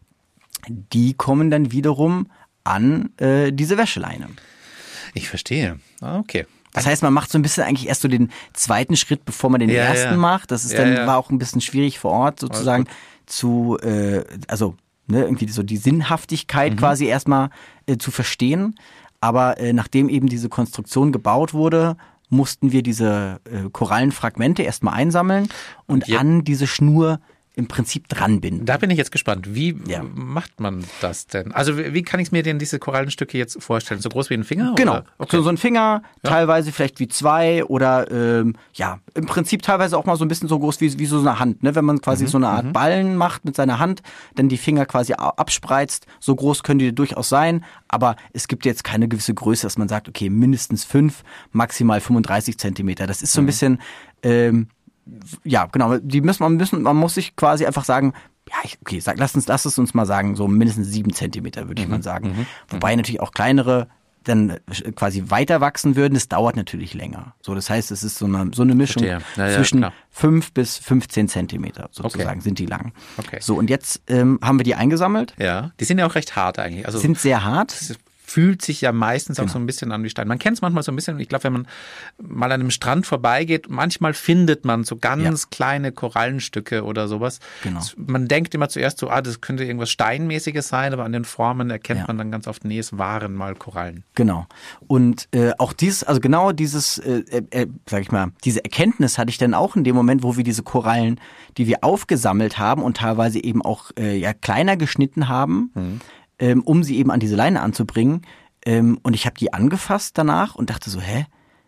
Speaker 2: die kommen dann wiederum an äh, diese Wäscheleine.
Speaker 1: Ich verstehe. Ah, okay.
Speaker 2: Das heißt, man macht so ein bisschen eigentlich erst so den zweiten Schritt, bevor man den
Speaker 1: ja,
Speaker 2: ersten
Speaker 1: ja.
Speaker 2: macht. Das ist
Speaker 1: ja,
Speaker 2: dann
Speaker 1: ja.
Speaker 2: war auch ein bisschen schwierig vor Ort sozusagen zu, äh, also ne, irgendwie so die Sinnhaftigkeit mhm. quasi erstmal äh, zu verstehen. Aber äh, nachdem eben diese Konstruktion gebaut wurde, mussten wir diese äh, Korallenfragmente erstmal einsammeln und, und an diese Schnur im Prinzip dranbinden.
Speaker 1: Da bin ich jetzt gespannt. Wie
Speaker 2: ja.
Speaker 1: macht man das denn? Also wie kann ich mir denn diese Korallenstücke jetzt vorstellen? So groß wie ein Finger?
Speaker 2: Genau,
Speaker 1: oder? Okay.
Speaker 2: so, so ein Finger,
Speaker 1: ja.
Speaker 2: teilweise vielleicht wie zwei oder ähm, ja, im Prinzip teilweise auch mal so ein bisschen so groß wie, wie so eine Hand. Ne? Wenn man quasi mhm. so eine Art mhm. Ballen macht mit seiner Hand, dann die Finger quasi abspreizt, so groß können die durchaus sein, aber es gibt jetzt keine gewisse Größe, dass man sagt, okay, mindestens fünf, maximal fünfunddreißig Zentimeter. Das ist so ein mhm. bisschen... Ähm, ja, genau, die müssen, man müssen, man muss sich quasi einfach sagen, ja, ich, okay, sag, lass uns, lass es uns mal sagen, so mindestens sieben Zentimeter, würde ich
Speaker 1: mhm,
Speaker 2: mal sagen.
Speaker 1: Mhm,
Speaker 2: Wobei natürlich auch kleinere dann quasi weiter wachsen würden, das dauert natürlich länger. So, das heißt, es ist so eine, so eine Mischung
Speaker 1: ja, ja,
Speaker 2: zwischen
Speaker 1: klar.
Speaker 2: fünf bis fünfzehn Zentimeter sozusagen
Speaker 1: okay.
Speaker 2: sind die lang.
Speaker 1: Okay.
Speaker 2: So, und jetzt ähm, haben wir die eingesammelt.
Speaker 1: Ja, die sind ja auch recht hart eigentlich. Also
Speaker 2: sind sehr hart.
Speaker 1: Fühlt sich ja meistens
Speaker 2: genau.
Speaker 1: auch so ein bisschen an wie Stein. Man kennt es manchmal so ein bisschen. Ich glaube, wenn man mal an einem Strand vorbeigeht, manchmal findet man so ganz ja. kleine Korallenstücke oder sowas.
Speaker 2: Genau.
Speaker 1: Man denkt immer zuerst so, ah, das könnte irgendwas Steinmäßiges sein, aber an den Formen erkennt
Speaker 2: ja.
Speaker 1: man dann ganz oft, nee, es waren mal Korallen.
Speaker 2: Genau. Und äh, auch dieses, also genau dieses, äh, äh, sag ich mal, diese Erkenntnis hatte ich dann auch in dem Moment, wo wir diese Korallen, die wir aufgesammelt haben und teilweise eben auch äh, ja kleiner geschnitten haben, mhm. ähm, um sie eben an diese Leine anzubringen. Ähm, und ich habe die angefasst danach und dachte so, hä?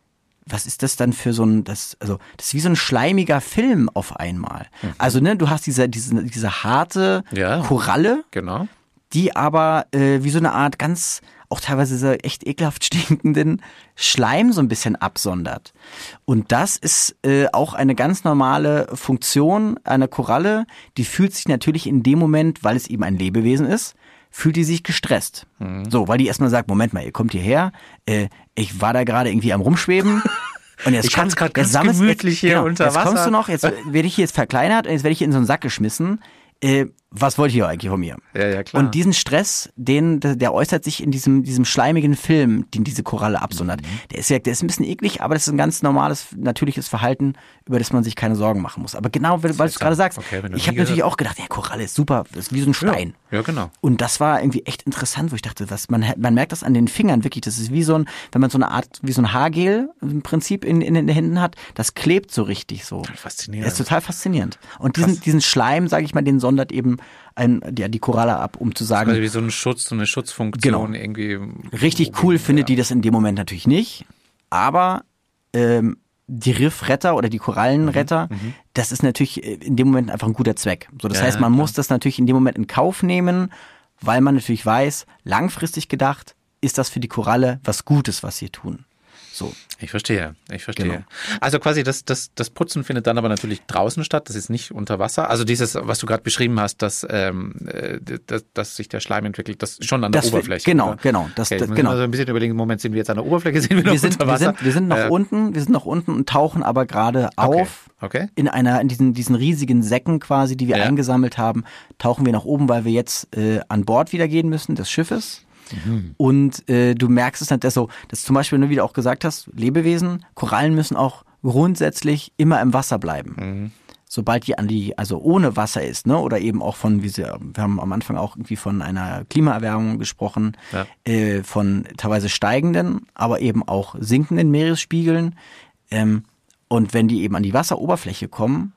Speaker 2: Was ist das dann für so ein, das, also das ist wie so ein schleimiger Film auf einmal. Mhm. Also ne, du hast diese, diese, diese harte
Speaker 1: ja,
Speaker 2: Koralle,
Speaker 1: genau.
Speaker 2: die aber äh, wie so eine Art ganz, auch teilweise so echt ekelhaft stinkenden Schleim so ein bisschen absondert. Und das ist äh, auch eine ganz normale Funktion einer Koralle, die fühlt sich natürlich in dem Moment, weil es eben ein Lebewesen ist, fühlt die sich gestresst. Mhm. So, weil die erstmal sagt, Moment mal, ihr kommt hierher, äh, ich war da gerade irgendwie am Rumschweben und jetzt
Speaker 1: ich hab's gerade ganz
Speaker 2: sammelst,
Speaker 1: gemütlich hier
Speaker 2: genau,
Speaker 1: unter
Speaker 2: jetzt
Speaker 1: Wasser.
Speaker 2: Jetzt kommst du noch, jetzt werde ich hier jetzt verkleinert und jetzt werde ich hier in so einen Sack geschmissen. Äh, was wollt ihr eigentlich von mir?
Speaker 1: Ja, ja, klar.
Speaker 2: Und diesen Stress, den, der, der äußert sich in diesem, diesem schleimigen Film, den diese Koralle absondert. Mhm. Der ist ja, der ist ein bisschen eklig, aber das ist ein ganz normales, natürliches Verhalten, über das man sich keine Sorgen machen muss. Aber genau, weil, weil du es gerade sagst,
Speaker 1: okay,
Speaker 2: ich habe natürlich auch gedacht, ja, Koralle ist super, das ist wie so ein Stein.
Speaker 1: Ja, ja, genau.
Speaker 2: Und das war irgendwie echt interessant, wo ich dachte, was, man, man merkt das an den Fingern wirklich, das ist wie so ein, wenn man so eine Art, wie so ein Haargel im Prinzip in, in den Händen hat, das klebt so richtig so.
Speaker 1: Faszinierend.
Speaker 2: Das ist total faszinierend. Und diesen, diesen Schleim, sage ich mal, den sondert eben ein, ja, die Koralle ab, um zu sagen.
Speaker 1: Also wie so ein Schutz, so eine Schutzfunktion
Speaker 2: genau.
Speaker 1: irgendwie.
Speaker 2: Richtig cool findet die das in dem Moment natürlich nicht, aber ähm, die Riffretter oder die Korallenretter, mhm. das ist natürlich in dem Moment einfach ein guter Zweck. So, das
Speaker 1: ja,
Speaker 2: heißt, man
Speaker 1: ja.
Speaker 2: muss das natürlich in dem Moment in Kauf nehmen, weil man natürlich weiß, langfristig gedacht, ist das für die Koralle was Gutes, was sie tun. So.
Speaker 1: Ich verstehe, ich verstehe.
Speaker 2: Genau.
Speaker 1: Also quasi das, das, das Putzen findet dann aber natürlich draußen statt, das ist nicht unter Wasser. Also dieses, was du gerade beschrieben hast, dass, ähm, dass, dass sich der Schleim entwickelt, das schon an der
Speaker 2: das
Speaker 1: Oberfläche.
Speaker 2: Genau,
Speaker 1: oder?
Speaker 2: genau. Das,
Speaker 1: okay,
Speaker 2: das,
Speaker 1: muss
Speaker 2: genau.
Speaker 1: Also ein bisschen überlegen, im Moment sind wir jetzt an der Oberfläche, sind wir noch
Speaker 2: wir sind,
Speaker 1: unter Wasser.
Speaker 2: Wir sind, wir sind noch
Speaker 1: äh,
Speaker 2: unten, wir sind noch unten und tauchen aber gerade
Speaker 1: okay.
Speaker 2: auf.
Speaker 1: Okay.
Speaker 2: In einer, in diesen, diesen riesigen Säcken quasi, die wir
Speaker 1: ja.
Speaker 2: eingesammelt haben, tauchen wir nach oben, weil wir jetzt äh, an Bord wieder gehen müssen des Schiffes. Mhm. Und äh, du merkst es halt, dass so, dass zum Beispiel, wie du auch gesagt hast, Lebewesen, Korallen müssen auch grundsätzlich immer im Wasser bleiben. Mhm. Sobald die an die, also ohne Wasser ist, ne, oder eben auch von, wie sie, wir haben am Anfang auch irgendwie von einer Klimaerwärmung gesprochen, ja. äh, von teilweise steigenden, aber eben auch sinkenden Meeresspiegeln. Ähm, und wenn die eben an die Wasseroberfläche kommen,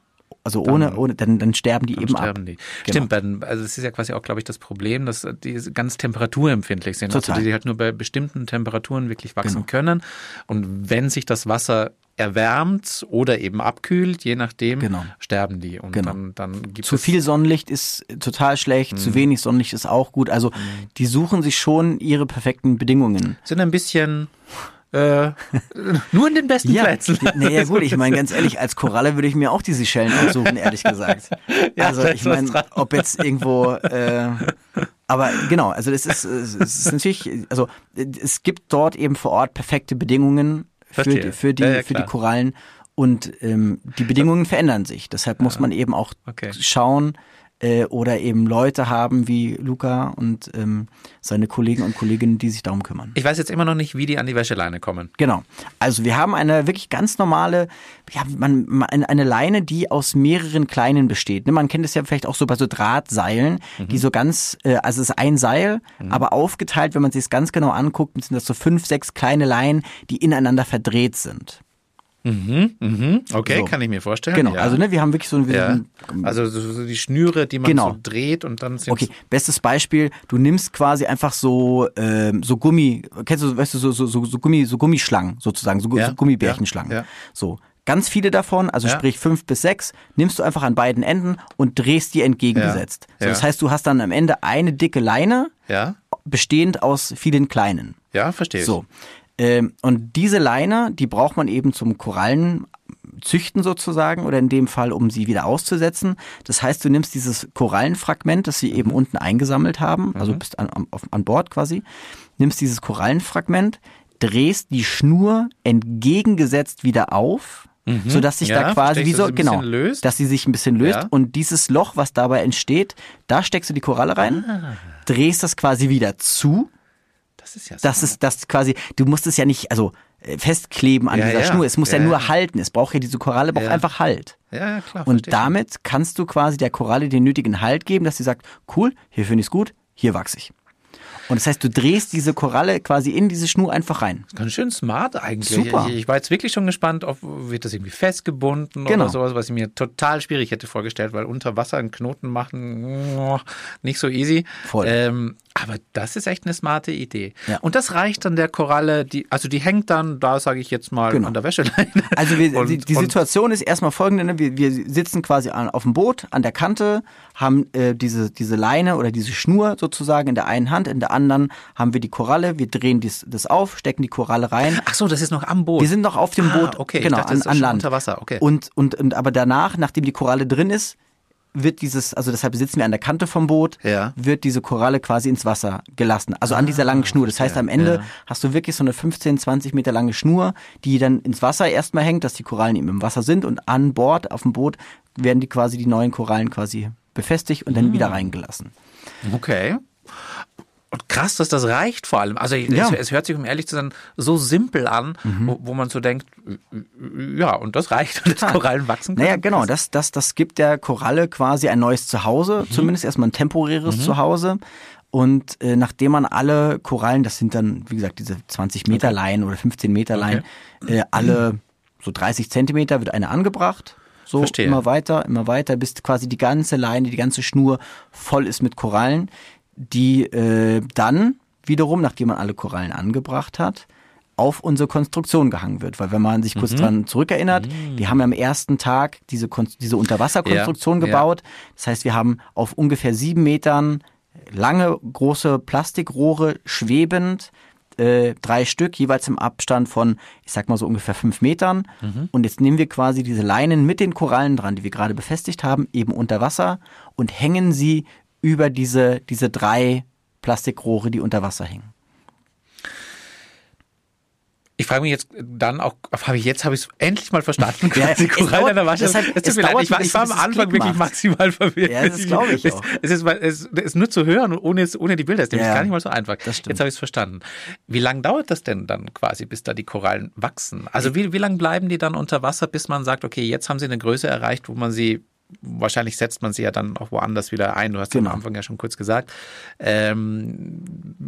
Speaker 2: Also ohne, ohne dann, dann sterben die
Speaker 1: dann
Speaker 2: eben
Speaker 1: sterben
Speaker 2: ab.
Speaker 1: Die.
Speaker 2: Genau.
Speaker 1: Stimmt, bei, also es ist ja quasi auch, glaube ich, das Problem, dass die ganz temperaturempfindlich sind.
Speaker 2: Total.
Speaker 1: Also die halt nur bei bestimmten Temperaturen wirklich wachsen
Speaker 2: Genau.
Speaker 1: können. Und wenn sich das Wasser erwärmt oder eben abkühlt, je nachdem,
Speaker 2: Genau.
Speaker 1: sterben die. Und
Speaker 2: Genau.
Speaker 1: dann, dann gibt
Speaker 2: Zu
Speaker 1: es
Speaker 2: viel Sonnenlicht ist total schlecht,
Speaker 1: Mhm.
Speaker 2: zu wenig Sonnenlicht ist auch gut. Also die suchen sich schon ihre perfekten Bedingungen.
Speaker 1: sind ein bisschen äh, nur in den besten Plätzen.
Speaker 2: Naja gut, ich meine ganz ehrlich, als Koralle würde ich mir auch die Seychellen aussuchen, ehrlich gesagt.
Speaker 1: Ja,
Speaker 2: Also
Speaker 1: da
Speaker 2: ich
Speaker 1: ist was
Speaker 2: meine,
Speaker 1: dran.
Speaker 2: ob jetzt irgendwo, äh, aber genau, also das ist, es ist natürlich, also es gibt dort eben vor Ort perfekte Bedingungen für
Speaker 1: Verstehe.
Speaker 2: die, für die,
Speaker 1: Ja, ja,
Speaker 2: für die
Speaker 1: klar.
Speaker 2: Korallen und ähm, die Bedingungen verändern sich. Deshalb muss man eben auch
Speaker 1: Okay.
Speaker 2: schauen, äh, oder eben Leute haben wie Luca und ähm, seine Kollegen und Kolleginnen, die sich darum kümmern.
Speaker 1: Ich weiß jetzt immer noch nicht, wie die an die Wäscheleine kommen.
Speaker 2: Genau. Also wir haben eine wirklich ganz normale, ja, man, man, eine Leine, die aus mehreren kleinen besteht. Ne, man kennt es ja vielleicht auch so bei so Drahtseilen,
Speaker 1: Mhm.
Speaker 2: die so ganz, äh, also es ist ein Seil, mhm. aber aufgeteilt, wenn man sich es ganz genau anguckt, sind das so fünf, sechs kleine Leinen, die ineinander verdreht sind.
Speaker 1: Mhm, mhm. Okay,
Speaker 2: So.
Speaker 1: kann ich mir vorstellen.
Speaker 2: Genau.
Speaker 1: Ja.
Speaker 2: Also ne, wir haben wirklich so,
Speaker 1: ja.
Speaker 2: ein
Speaker 1: Also so, so die Schnüre, die man
Speaker 2: Genau.
Speaker 1: so dreht und dann sind
Speaker 2: Okay, bestes Beispiel, du nimmst quasi einfach so ähm, so Gummi, kennst du, weißt du, so, so, so, so Gummi, so Gummischlangen sozusagen, so,
Speaker 1: Ja,
Speaker 2: so Gummibärchenschlangen.
Speaker 1: ja, ja.
Speaker 2: So. Ganz viele davon, also
Speaker 1: Ja.
Speaker 2: sprich fünf bis sechs, nimmst du einfach an beiden Enden und drehst die entgegengesetzt.
Speaker 1: Ja,
Speaker 2: So,
Speaker 1: ja.
Speaker 2: das heißt, du hast dann am Ende eine dicke Leine,
Speaker 1: Ja,
Speaker 2: bestehend aus vielen kleinen.
Speaker 1: ja, verstehe ich.
Speaker 2: So. Ähm, und diese Leine, die braucht man eben zum Korallenzüchten sozusagen oder in dem Fall, um sie wieder auszusetzen. Das heißt, du nimmst dieses Korallenfragment, das sie eben unten eingesammelt haben, also bist an, an, auf, an Bord quasi, nimmst dieses Korallenfragment, drehst die Schnur entgegengesetzt wieder auf, sodass sich
Speaker 1: Ja,
Speaker 2: da quasi
Speaker 1: verstehe
Speaker 2: wie
Speaker 1: ich,
Speaker 2: so,
Speaker 1: dass es ein bisschen
Speaker 2: genau,
Speaker 1: löst.
Speaker 2: dass sie sich ein bisschen löst
Speaker 1: Ja.
Speaker 2: und dieses Loch, was dabei entsteht, da steckst du die Koralle rein,
Speaker 1: Ah.
Speaker 2: drehst das quasi wieder zu.
Speaker 1: Das ist ja so.
Speaker 2: Das ist das quasi, du musst es ja nicht, also äh, festkleben an
Speaker 1: Ja,
Speaker 2: dieser
Speaker 1: ja.
Speaker 2: Schnur. Es muss ja,
Speaker 1: Ja,
Speaker 2: nur
Speaker 1: ja.
Speaker 2: halten. Es braucht ja diese Koralle, braucht
Speaker 1: Ja.
Speaker 2: einfach Halt.
Speaker 1: Ja, ja, klar.
Speaker 2: Und
Speaker 1: verstehe ich.
Speaker 2: damit kannst du quasi der Koralle den nötigen Halt geben, dass sie sagt, cool, hier finde ich es gut, hier wachse ich. Und das heißt, du drehst diese Koralle quasi in diese Schnur einfach rein.
Speaker 1: Ganz schön smart eigentlich.
Speaker 2: Super.
Speaker 1: Ich, ich war jetzt wirklich schon gespannt, ob wird das irgendwie festgebunden
Speaker 2: Genau.
Speaker 1: oder sowas, was ich mir total schwierig hätte vorgestellt, weil unter Wasser einen Knoten machen, oh, nicht so easy.
Speaker 2: Voll.
Speaker 1: Ähm, aber das ist echt eine smarte Idee.
Speaker 2: Ja.
Speaker 1: Und das reicht dann der Koralle, die, also die hängt dann, da sage ich jetzt mal,
Speaker 2: Genau.
Speaker 1: an der Wäscheleine.
Speaker 2: Also wir,
Speaker 1: Und-
Speaker 2: die, die
Speaker 1: und-
Speaker 2: Situation ist erstmal folgende, ne? wir, wir sitzen quasi an, auf dem Boot an der Kante, haben äh, diese, diese Leine oder diese Schnur sozusagen in der einen Hand, in der anderen haben wir die Koralle, wir drehen dies, das auf, stecken die Koralle rein.
Speaker 1: Ach so, das ist noch am Boot.
Speaker 2: Wir sind noch auf dem
Speaker 1: Ah,
Speaker 2: Boot,
Speaker 1: okay. Ich
Speaker 2: genau,
Speaker 1: dachte,
Speaker 2: an,
Speaker 1: das ist
Speaker 2: an
Speaker 1: schon
Speaker 2: Land.
Speaker 1: unter Wasser, okay.
Speaker 2: Und, und, und aber danach, nachdem die Koralle drin ist, wird dieses, also deshalb sitzen wir an der Kante vom Boot,
Speaker 1: Ja.
Speaker 2: wird diese Koralle quasi ins Wasser gelassen. Also an dieser langen Schnur. Das heißt, am Ende
Speaker 1: ja.
Speaker 2: hast du wirklich so eine fünfzehn, zwanzig Meter lange Schnur, die dann ins Wasser erstmal hängt, dass die Korallen eben im Wasser sind und an Bord, auf dem Boot, werden die quasi, die neuen Korallen quasi befestigt und dann wieder reingelassen.
Speaker 1: Okay. Und krass, dass das reicht vor allem. Also
Speaker 2: Ja.
Speaker 1: es, es hört sich, um ehrlich zu sein, so simpel an,
Speaker 2: Mhm.
Speaker 1: wo, wo man so denkt, ja, und das reicht, und das Korallen wachsen können.
Speaker 2: Naja, genau, das, das, das gibt der Koralle quasi ein neues Zuhause,
Speaker 1: Mhm.
Speaker 2: zumindest erstmal ein temporäres Zuhause. Und äh, nachdem man alle Korallen, das sind dann, wie gesagt, diese zwanzig Meter Leinen oder fünfzehn Meter Leinen, äh, alle so dreißig Zentimeter wird eine angebracht. So
Speaker 1: Verstehe.
Speaker 2: immer weiter, immer weiter, bis quasi die ganze Leine, die ganze Schnur voll ist mit Korallen, die äh, dann wiederum, nachdem man alle Korallen angebracht hat, auf unsere Konstruktion gehangen wird. Weil wenn man sich kurz dran zurückerinnert, wir haben ja am ersten Tag diese, Kon- diese Unterwasserkonstruktion
Speaker 1: Ja,
Speaker 2: gebaut. Das heißt, wir haben auf ungefähr sieben Metern lange, große Plastikrohre schwebend, äh, drei Stück, jeweils im Abstand von, ich sag mal so ungefähr fünf Metern. Und jetzt nehmen wir quasi diese Leinen mit den Korallen dran, die wir gerade befestigt haben, eben unter Wasser und hängen sie über diese, diese drei Plastikrohre, die unter Wasser hängen.
Speaker 1: Ich frage mich jetzt dann auch, habe ich jetzt habe ich es endlich mal verstanden.
Speaker 2: Ja,
Speaker 1: quasi
Speaker 2: es
Speaker 1: Korallen
Speaker 2: dauert-
Speaker 1: an der Wascheleine.
Speaker 2: deshalb-
Speaker 1: Es tut
Speaker 2: es
Speaker 1: mir leid,
Speaker 2: dauert
Speaker 1: ich war,
Speaker 2: ein
Speaker 1: ich war am
Speaker 2: bisschen, bis es
Speaker 1: Anfang
Speaker 2: Klick
Speaker 1: wirklich
Speaker 2: macht.
Speaker 1: maximal verwirrt.
Speaker 2: Ja, das glaube ich
Speaker 1: es,
Speaker 2: auch.
Speaker 1: Es ist, es ist nur zu hören, ohne, es, ohne die Bilder. Das ist nämlich
Speaker 2: Ja,
Speaker 1: gar nicht mal so einfach.
Speaker 2: das stimmt.
Speaker 1: Jetzt habe ich es verstanden. Wie lange dauert das denn dann quasi, bis da die Korallen wachsen? Also wie, wie lange bleiben die dann unter Wasser, bis man sagt, okay, jetzt haben sie eine Größe erreicht, wo man sie, wahrscheinlich setzt man sie ja dann auch woanders wieder ein. Du hast ja
Speaker 2: Genau.
Speaker 1: am Anfang ja schon kurz gesagt. Ähm,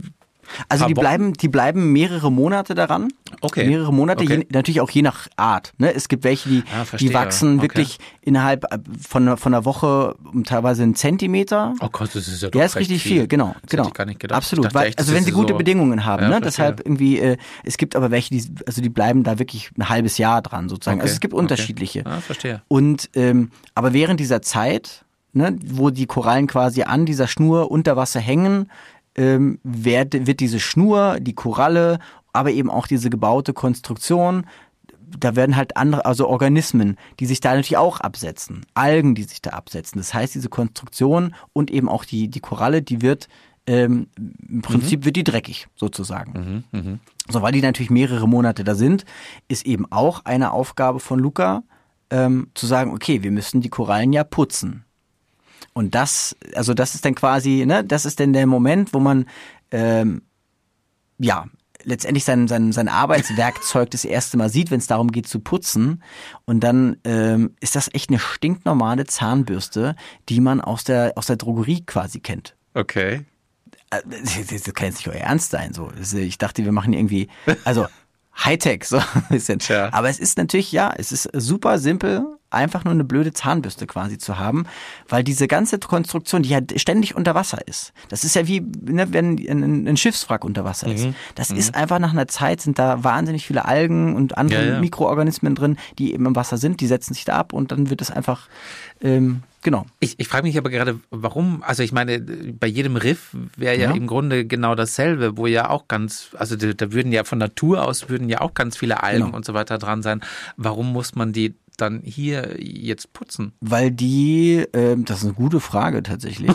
Speaker 2: Also die
Speaker 1: Wochen?
Speaker 2: bleiben, die bleiben mehrere Monate daran.
Speaker 1: Okay.
Speaker 2: Mehrere Monate,
Speaker 1: Okay.
Speaker 2: je, natürlich auch je nach Art. Ne? Es gibt welche, die,
Speaker 1: Ah, verstehe.
Speaker 2: die wachsen
Speaker 1: Okay.
Speaker 2: wirklich innerhalb von, einer- von einer Woche um teilweise einen Zentimeter.
Speaker 1: Oh Gott, das ist ja doch
Speaker 2: Ja, ist
Speaker 1: recht
Speaker 2: richtig viel, genau.
Speaker 1: Das
Speaker 2: genau.
Speaker 1: hätte ich gar nicht gedacht.
Speaker 2: Absolut.
Speaker 1: Ich dachte
Speaker 2: Weil,
Speaker 1: echt,
Speaker 2: also
Speaker 1: das
Speaker 2: wenn sie
Speaker 1: ist
Speaker 2: gute
Speaker 1: so-
Speaker 2: Bedingungen haben,
Speaker 1: Ja,
Speaker 2: ne?
Speaker 1: verstehe.
Speaker 2: Deshalb irgendwie, äh, es gibt aber welche, die, also die bleiben da wirklich ein halbes Jahr dran sozusagen.
Speaker 1: Okay.
Speaker 2: Also es gibt
Speaker 1: Okay.
Speaker 2: unterschiedliche.
Speaker 1: Ah, verstehe.
Speaker 2: Und ähm, aber während dieser Zeit, ne, wo die Korallen quasi an dieser Schnur unter Wasser hängen, ähm, wird, wird diese Schnur, die Koralle, aber eben auch diese gebaute Konstruktion, da werden halt andere, also Organismen, die sich da natürlich auch absetzen, Algen, die sich da absetzen. Das heißt, diese Konstruktion und eben auch die die Koralle, die wird ähm, im Prinzip wird die dreckig sozusagen. So, weil die natürlich mehrere Monate da sind, ist eben auch eine Aufgabe von Luca, ähm, zu sagen, okay, wir müssen die Korallen ja putzen. Und das, also das ist dann quasi, ne, das ist dann der Moment, wo man, ähm, ja, letztendlich sein, sein, sein Arbeitswerkzeug das erste Mal sieht, wenn es darum geht zu putzen. Und dann ähm, ist das echt eine stinknormale Zahnbürste, die man aus der, aus der Drogerie quasi kennt.
Speaker 1: Okay.
Speaker 2: Äh, Das, das kann jetzt nicht euer Ernst sein. So. Das, ich dachte, wir machen irgendwie, also Hightech, so ein bisschen.
Speaker 1: Tja.
Speaker 2: Aber es ist natürlich, ja, es ist super simpel, einfach nur eine blöde Zahnbürste quasi zu haben, weil diese ganze Konstruktion, die ja ständig unter Wasser ist. Das ist ja wie, ne, wenn ein, ein Schiffswrack unter Wasser ist.
Speaker 1: Mhm.
Speaker 2: Das ist einfach nach einer Zeit, sind da wahnsinnig viele Algen und andere
Speaker 1: Ja, ja.
Speaker 2: Mikroorganismen drin, die eben im Wasser sind, die setzen sich da ab und dann wird es einfach, ähm, genau.
Speaker 1: Ich, ich frage mich aber gerade, warum, also ich meine, bei jedem Riff wäre ja,
Speaker 2: Ja.
Speaker 1: im Grunde genau dasselbe, wo ja auch ganz, also da, da würden ja von Natur aus würden ja auch ganz viele Algen
Speaker 2: Genau.
Speaker 1: und so weiter dran sein. Warum muss man die dann hier jetzt putzen?
Speaker 2: Weil die, ähm, das ist eine gute Frage tatsächlich.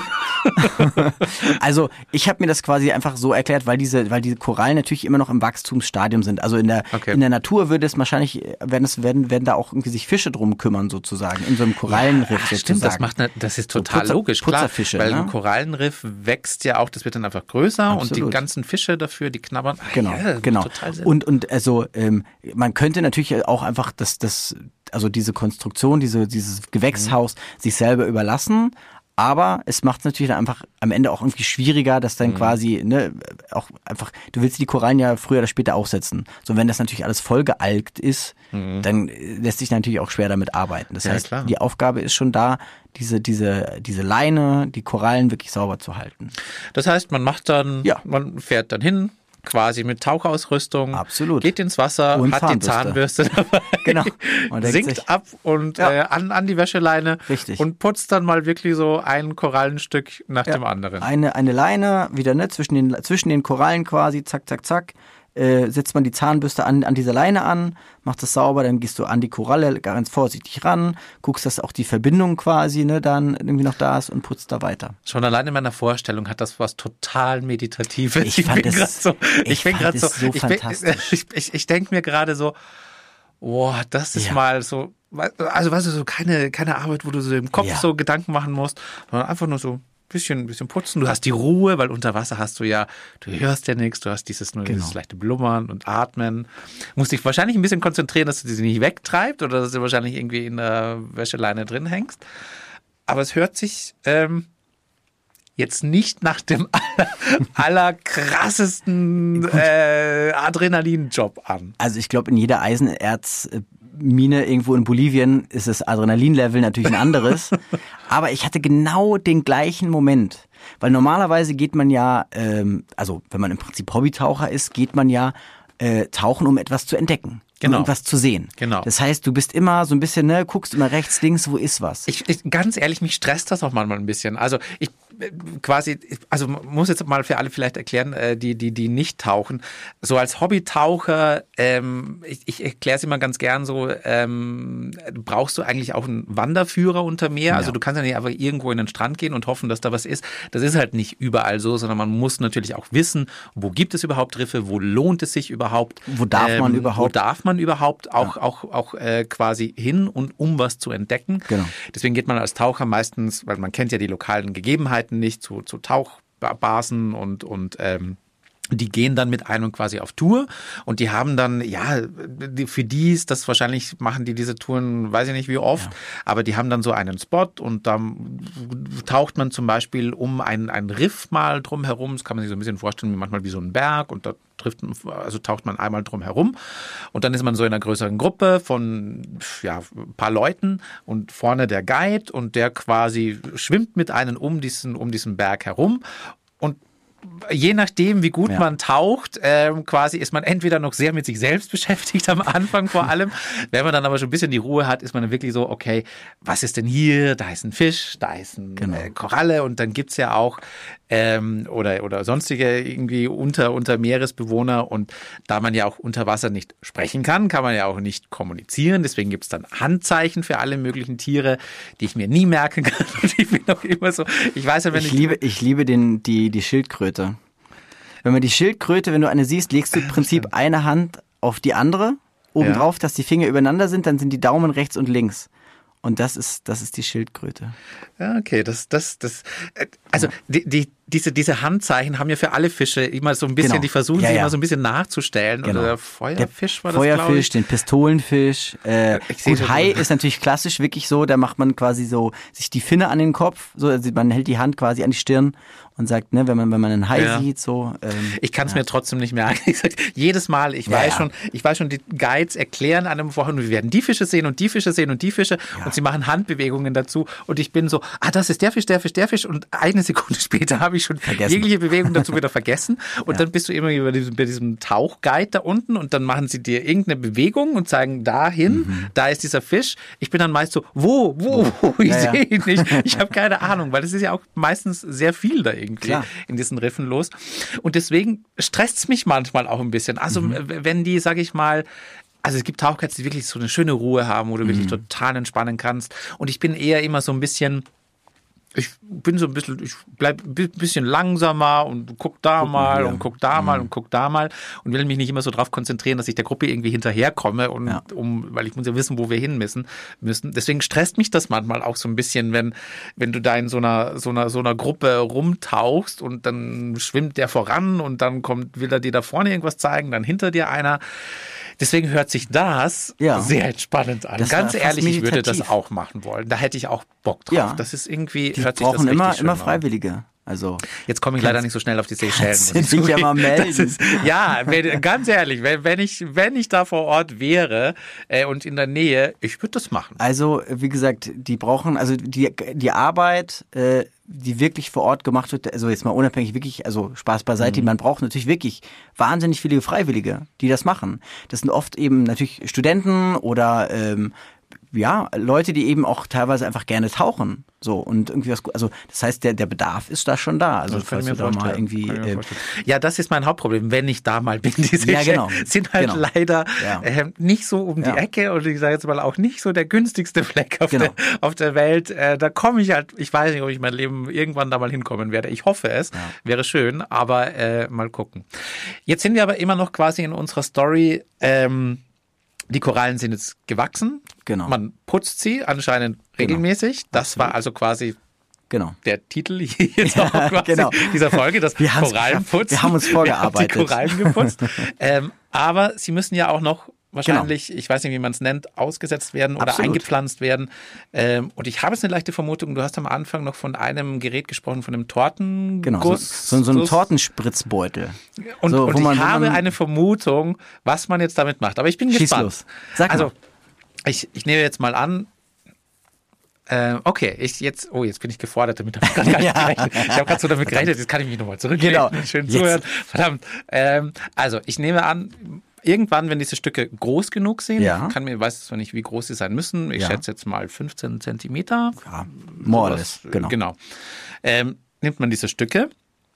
Speaker 2: Also ich habe mir das quasi einfach so erklärt, weil diese, weil diese Korallen natürlich immer noch im Wachstumsstadium sind. Also in der
Speaker 1: Okay.
Speaker 2: in der Natur würde es wahrscheinlich, werden es werden werden da auch irgendwie sich Fische drum kümmern sozusagen in so einem Korallenriff
Speaker 1: Ach,
Speaker 2: sozusagen.
Speaker 1: stimmt, das macht, ne- das ist
Speaker 2: So
Speaker 1: total
Speaker 2: Putzer-
Speaker 1: logisch, klar,
Speaker 2: Putzerfische,
Speaker 1: weil
Speaker 2: ne?
Speaker 1: ein Korallenriff wächst ja auch, das wird dann einfach größer und die
Speaker 2: Absolut.
Speaker 1: ganzen Fische dafür, die knabbern. Ah,
Speaker 2: Genau,
Speaker 1: ja,
Speaker 2: genau.
Speaker 1: Total Sinn.
Speaker 2: Und und also ähm, man könnte natürlich auch einfach das das also diese Konstruktion, diese dieses Gewächshaus sich selber überlassen. Aber es macht es natürlich dann einfach am Ende auch irgendwie schwieriger, dass dann quasi, ne, auch einfach, du willst die Korallen ja früher oder später aussetzen. So, wenn das natürlich alles voll gealgt ist, dann lässt sich natürlich auch schwer damit arbeiten. Das
Speaker 1: Ja,
Speaker 2: heißt,
Speaker 1: klar.
Speaker 2: die Aufgabe ist schon da, diese, diese, diese Leine, die Korallen wirklich sauber zu halten.
Speaker 1: Das heißt, man macht dann,
Speaker 2: Ja.
Speaker 1: man fährt dann hin, quasi mit Tauchausrüstung,
Speaker 2: Absolut.
Speaker 1: geht ins Wasser,
Speaker 2: Und
Speaker 1: hat die
Speaker 2: Zahnbürste.
Speaker 1: Zahnbürste dabei,
Speaker 2: Genau. Und denkt
Speaker 1: sinkt
Speaker 2: sich-
Speaker 1: ab und
Speaker 2: Ja.
Speaker 1: äh, an, an die Wäscheleine
Speaker 2: Richtig.
Speaker 1: und putzt dann mal wirklich so ein Korallenstück nach dem anderen.
Speaker 2: Eine, eine Leine, wieder ne, zwischen den, zwischen den Korallen quasi, zack, zack, zack, äh, setzt man die Zahnbürste an, an dieser Leine an, macht das sauber, dann gehst du an die Koralle ganz vorsichtig ran, guckst, dass auch die Verbindung quasi ne, dann irgendwie noch da ist und putzt da weiter.
Speaker 1: Schon allein in meiner Vorstellung hat das was total Meditatives.
Speaker 2: Ich fand
Speaker 1: bin
Speaker 2: es-
Speaker 1: grad so, ich,
Speaker 2: ich
Speaker 1: bin
Speaker 2: fand
Speaker 1: grad
Speaker 2: es
Speaker 1: so,
Speaker 2: so
Speaker 1: ich, bin,
Speaker 2: fantastisch.
Speaker 1: ich, ich, ich denke mir gerade so, boah, das ist
Speaker 2: Ja.
Speaker 1: mal so, also weißt du, so keine, keine Arbeit, wo du so im Kopf
Speaker 2: Ja.
Speaker 1: so Gedanken machen musst, sondern einfach nur so bisschen, bisschen putzen. Du hast die Ruhe, weil unter Wasser hast du ja, du hörst ja nichts, du hast dieses nur
Speaker 2: Genau.
Speaker 1: dieses leichte Blubbern und Atmen. Musst dich wahrscheinlich ein bisschen konzentrieren, dass du sie nicht wegtreibst oder dass du wahrscheinlich irgendwie in der Wäscheleine drin hängst. Aber es hört sich ähm, jetzt nicht nach dem aller, aller krassesten äh, Adrenalin-Job an.
Speaker 2: Also ich glaube, in jeder Eisenerzmine irgendwo in Bolivien ist das Adrenalinlevel natürlich ein anderes. Aber ich hatte genau den gleichen Moment. Weil normalerweise geht man ja, ähm, also wenn man im Prinzip Hobbytaucher ist, geht man ja äh, tauchen, um etwas zu entdecken.
Speaker 1: Genau.
Speaker 2: Um etwas zu sehen.
Speaker 1: Genau.
Speaker 2: Das heißt, du bist immer so ein bisschen, ne, guckst immer rechts, links, wo ist was?
Speaker 1: Ich, ich, ganz ehrlich, mich stresst das auch manchmal ein bisschen. Also ich äh, quasi, also man muss jetzt mal für alle vielleicht erklären, äh, die die die nicht tauchen. So als Hobbytaucher, ähm, ich, ich erkläre es immer ganz gern so, ähm, brauchst du eigentlich auch einen Wanderführer unter Meer. Also
Speaker 2: Ja.
Speaker 1: du kannst ja nicht einfach irgendwo in den Strand gehen und hoffen, dass da was ist. Das ist halt nicht überall so, sondern man muss natürlich auch wissen, wo gibt es überhaupt Riffe, wo lohnt es sich überhaupt,
Speaker 2: Wo darf man überhaupt?
Speaker 1: wo darf man überhaupt auch auch auch äh, quasi hin und um was zu entdecken.
Speaker 2: Genau.
Speaker 1: Deswegen geht man als Taucher meistens, weil man kennt ja die lokalen Gegebenheiten nicht, zu, zu Tauchbasen und, und ähm, Die gehen dann mit einem quasi auf Tour und die haben dann, ja, die, für die ist das wahrscheinlich, machen die diese Touren, weiß ich nicht wie oft, ja. aber die haben dann so einen Spot und da taucht man zum Beispiel um ein, ein Riff mal drum herum, das kann man sich so ein bisschen vorstellen, wie manchmal wie so ein Berg und da trifft, also taucht man einmal drum herum und dann ist man so in einer größeren Gruppe von ja, ein paar Leuten und vorne der Guide und der quasi schwimmt mit einem um diesen, um diesen Berg herum und je nachdem, wie gut ja. man taucht, ähm, quasi ist man entweder noch sehr mit sich selbst beschäftigt am Anfang vor allem. Wenn man dann aber schon ein bisschen die Ruhe hat, ist man dann wirklich so, okay, was ist denn hier? Da ist ein Fisch, da ist eine genau. äh, Koralle und dann gibt's ja auch ähm, oder oder sonstige irgendwie unter unter Meeresbewohner und da man ja auch unter Wasser nicht sprechen kann, kann man ja auch nicht kommunizieren. Deswegen gibt's dann Handzeichen für alle möglichen Tiere, die ich mir nie merken kann. Und ich bin auch immer so, ich weiß ja, wenn
Speaker 2: ich
Speaker 1: ich
Speaker 2: liebe ich liebe den die die Schildkröte. Wenn man die Schildkröte, wenn du eine siehst, legst du im Prinzip eine Hand auf die andere, obendrauf, ja. dass die Finger übereinander sind, dann sind die Daumen rechts und links. Und das ist, das ist die Schildkröte.
Speaker 1: Ja, okay, das, das, das, also die, die, diese, diese Handzeichen haben ja für alle Fische immer so ein bisschen,
Speaker 2: genau.
Speaker 1: die versuchen
Speaker 2: ja,
Speaker 1: sie
Speaker 2: ja.
Speaker 1: immer so ein bisschen nachzustellen.
Speaker 2: Genau.
Speaker 1: Oder der Feuerfisch
Speaker 2: der
Speaker 1: war das,
Speaker 2: Feuerfisch, den Pistolenfisch. Äh, gut, Hai
Speaker 1: so.
Speaker 2: ist natürlich klassisch wirklich so, da macht man quasi so sich die Finne an den Kopf, so, also man hält die Hand quasi an die Stirn und sagt, ne, wenn man wenn man einen Hai ja. sieht, so. Ähm,
Speaker 1: ich kann es
Speaker 2: ja.
Speaker 1: mir trotzdem nicht merken. Ich sag, jedes Mal, ich
Speaker 2: ja,
Speaker 1: weiß
Speaker 2: ja.
Speaker 1: schon, ich weiß schon, die Guides erklären an einem Vorhinein, wir werden die Fische sehen und die Fische sehen und die Fische ja. und sie machen Handbewegungen dazu und ich bin so, ah, das ist der Fisch, der Fisch, der Fisch und eine Sekunde später habe ich schon
Speaker 2: vergessen.
Speaker 1: jegliche Bewegung dazu wieder vergessen und
Speaker 2: ja.
Speaker 1: dann bist du immer bei diesem, bei diesem Tauchguide da unten und dann machen sie dir irgendeine Bewegung und zeigen dahin, mhm. da ist dieser Fisch. Ich bin dann meist so, wo, wo, wo? Ich ja, sehe ihn ja. nicht. Ich habe keine Ahnung, weil es ist ja auch meistens sehr viel da irgendwie Klar. in diesen Riffen los. Und deswegen stresst es mich manchmal auch ein bisschen. Also mhm. wenn die, sag ich mal, also es gibt Tauchguides, die wirklich so eine schöne Ruhe haben, wo du mhm. wirklich total entspannen kannst. Und ich bin eher immer so ein bisschen Ich bin so ein bisschen, ich bleib ein bisschen langsamer und guck da Gucken mal wir. und guck da mal mhm. und guck da mal und will mich nicht immer so drauf konzentrieren, dass ich der Gruppe irgendwie hinterherkomme und ja. um, weil ich muss ja wissen, wo wir hin müssen, müssen. Deswegen stresst mich das manchmal auch so ein bisschen, wenn, wenn du da in so einer, so einer, so einer Gruppe rumtauchst und dann schwimmt der voran und dann kommt, will er dir da vorne irgendwas zeigen, dann hinter dir einer. Deswegen hört sich das ja. sehr entspannend an. Das Ganz ehrlich, ich würde das auch machen wollen. Da hätte ich auch Bock drauf. Ja. Das ist irgendwie,
Speaker 2: die
Speaker 1: hört sich das
Speaker 2: brauchen
Speaker 1: richtig
Speaker 2: immer,
Speaker 1: schön
Speaker 2: immer Freiwillige. Also
Speaker 1: jetzt komme ich leider nicht so schnell auf die Seychellen.
Speaker 2: Kannst du dich ja mal melden.
Speaker 1: Das ist, ja, wenn, ganz ehrlich, wenn, wenn ich wenn ich da vor Ort wäre äh, und in der Nähe, ich würde das machen.
Speaker 2: Also wie gesagt, die brauchen, also die die Arbeit, äh, die wirklich vor Ort gemacht wird, also jetzt mal unabhängig wirklich, also Spaß beiseite, mhm. man braucht natürlich wirklich wahnsinnig viele Freiwillige, die das machen. Das sind oft eben natürlich Studenten oder ähm, ja, Leute, die eben auch teilweise einfach gerne tauchen. So, und irgendwie was, also, das heißt, der, der Bedarf ist da schon da. Also,
Speaker 1: das
Speaker 2: falls
Speaker 1: mir
Speaker 2: du da mal irgendwie, äh,
Speaker 1: ja, das ist mein Hauptproblem, wenn ich da mal bin. Diese
Speaker 2: ja, genau.
Speaker 1: sind halt
Speaker 2: genau.
Speaker 1: leider
Speaker 2: ja.
Speaker 1: äh, nicht so um die
Speaker 2: ja.
Speaker 1: Ecke und ich sage jetzt mal auch nicht so der günstigste Fleck auf,
Speaker 2: genau.
Speaker 1: der, auf der Welt. Äh, da komme ich halt, ich weiß nicht, ob ich mein Leben irgendwann da mal hinkommen werde. Ich hoffe es, ja. wäre schön, aber äh, mal gucken. Jetzt sind wir aber immer noch quasi in unserer Story, ähm, die Korallen sind jetzt gewachsen.
Speaker 2: Genau.
Speaker 1: Man putzt sie anscheinend regelmäßig. Genau. Das Absolut. war also quasi
Speaker 2: genau.
Speaker 1: der Titel hier jetzt auch quasi
Speaker 2: genau.
Speaker 1: dieser Folge, das Korallenputzen.
Speaker 2: Wir haben uns vorgearbeitet.
Speaker 1: Wir haben die Korallen geputzt. ähm, aber sie müssen ja auch noch wahrscheinlich, genau. ich weiß nicht, wie man es nennt, ausgesetzt werden oder
Speaker 2: Absolut.
Speaker 1: eingepflanzt werden. Ähm, und ich habe jetzt eine leichte Vermutung, du hast am Anfang noch von einem Gerät gesprochen, von einem Tortenguss.
Speaker 2: Genau, so, so, so ein Tortenspritzbeutel.
Speaker 1: Und,
Speaker 2: so,
Speaker 1: und
Speaker 2: man,
Speaker 1: ich habe
Speaker 2: man,
Speaker 1: eine Vermutung, was man jetzt damit macht. Aber ich bin
Speaker 2: Schieß
Speaker 1: gespannt.
Speaker 2: Los. Sag
Speaker 1: also,
Speaker 2: mal.
Speaker 1: ich, ich nehme jetzt mal an, äh, okay, ich jetzt, oh, jetzt bin ich gefordert, damit habe ich gerade gar nicht
Speaker 2: ja.
Speaker 1: gerechnet. Ich habe gerade so damit gerechnet, jetzt kann ich mich nochmal zurücklehnen.
Speaker 2: Genau.
Speaker 1: Schön
Speaker 2: Jetzt.
Speaker 1: zuhören. Verdammt. Ähm, also, ich nehme an, irgendwann, wenn diese Stücke groß genug sind,
Speaker 2: ja.
Speaker 1: kann mir, weiß zwar nicht, wie groß sie sein müssen, ich
Speaker 2: ja.
Speaker 1: schätze jetzt mal fünfzehn Zentimeter.
Speaker 2: Ja, more or less, genau.
Speaker 1: genau. Ähm, nimmt man diese Stücke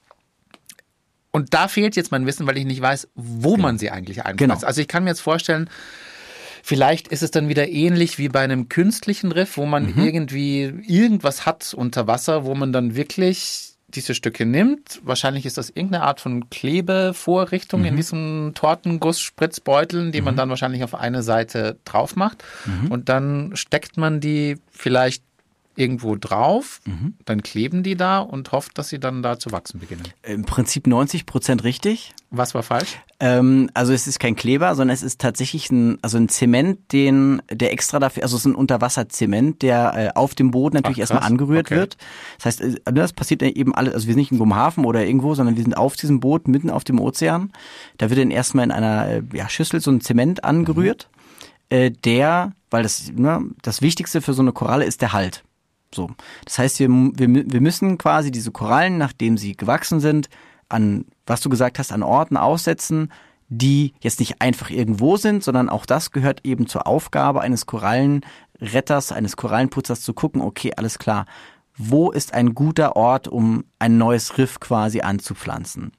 Speaker 1: und da fehlt jetzt mein Wissen, weil ich nicht weiß, wo genau. man sie eigentlich einpflanzt.
Speaker 2: Genau.
Speaker 1: Also ich kann mir jetzt vorstellen, vielleicht ist es dann wieder ähnlich wie bei einem künstlichen Riff, wo man mhm. irgendwie irgendwas hat unter Wasser, wo man dann wirklich diese Stücke nimmt. Wahrscheinlich ist das irgendeine Art von Klebevorrichtung mhm. in diesen Tortenguss-Spritzbeuteln, die mhm. man dann wahrscheinlich auf eine Seite drauf macht. Mhm. Und dann steckt man die vielleicht irgendwo drauf, mhm. dann kleben die da und hofft, dass sie dann da zu wachsen beginnen.
Speaker 2: Im Prinzip neunzig Prozent richtig.
Speaker 1: Was war falsch?
Speaker 2: Ähm, also es ist kein Kleber, sondern es ist tatsächlich ein, also ein Zement, den, der extra dafür, also es ist ein Unterwasserzement, der äh, auf dem Boden natürlich Ach, erstmal angerührt okay. wird. Das heißt, äh, das passiert eben alles, also wir sind nicht irgendwo im Hafen oder irgendwo, sondern wir sind auf diesem Boot mitten auf dem Ozean. Da wird dann erstmal in einer äh, ja, Schüssel so ein Zement angerührt, mhm. äh, der, weil das, ne, das Wichtigste für so eine Koralle ist der Halt. So, das heißt, wir, wir, wir müssen quasi diese Korallen, nachdem sie gewachsen sind, an, was du gesagt hast, an Orten aussetzen, die jetzt nicht einfach irgendwo sind, sondern auch das gehört eben zur Aufgabe eines Korallenretters, eines Korallenputzers zu gucken, okay, alles klar, wo ist ein guter Ort, um ein neues Riff quasi anzupflanzen?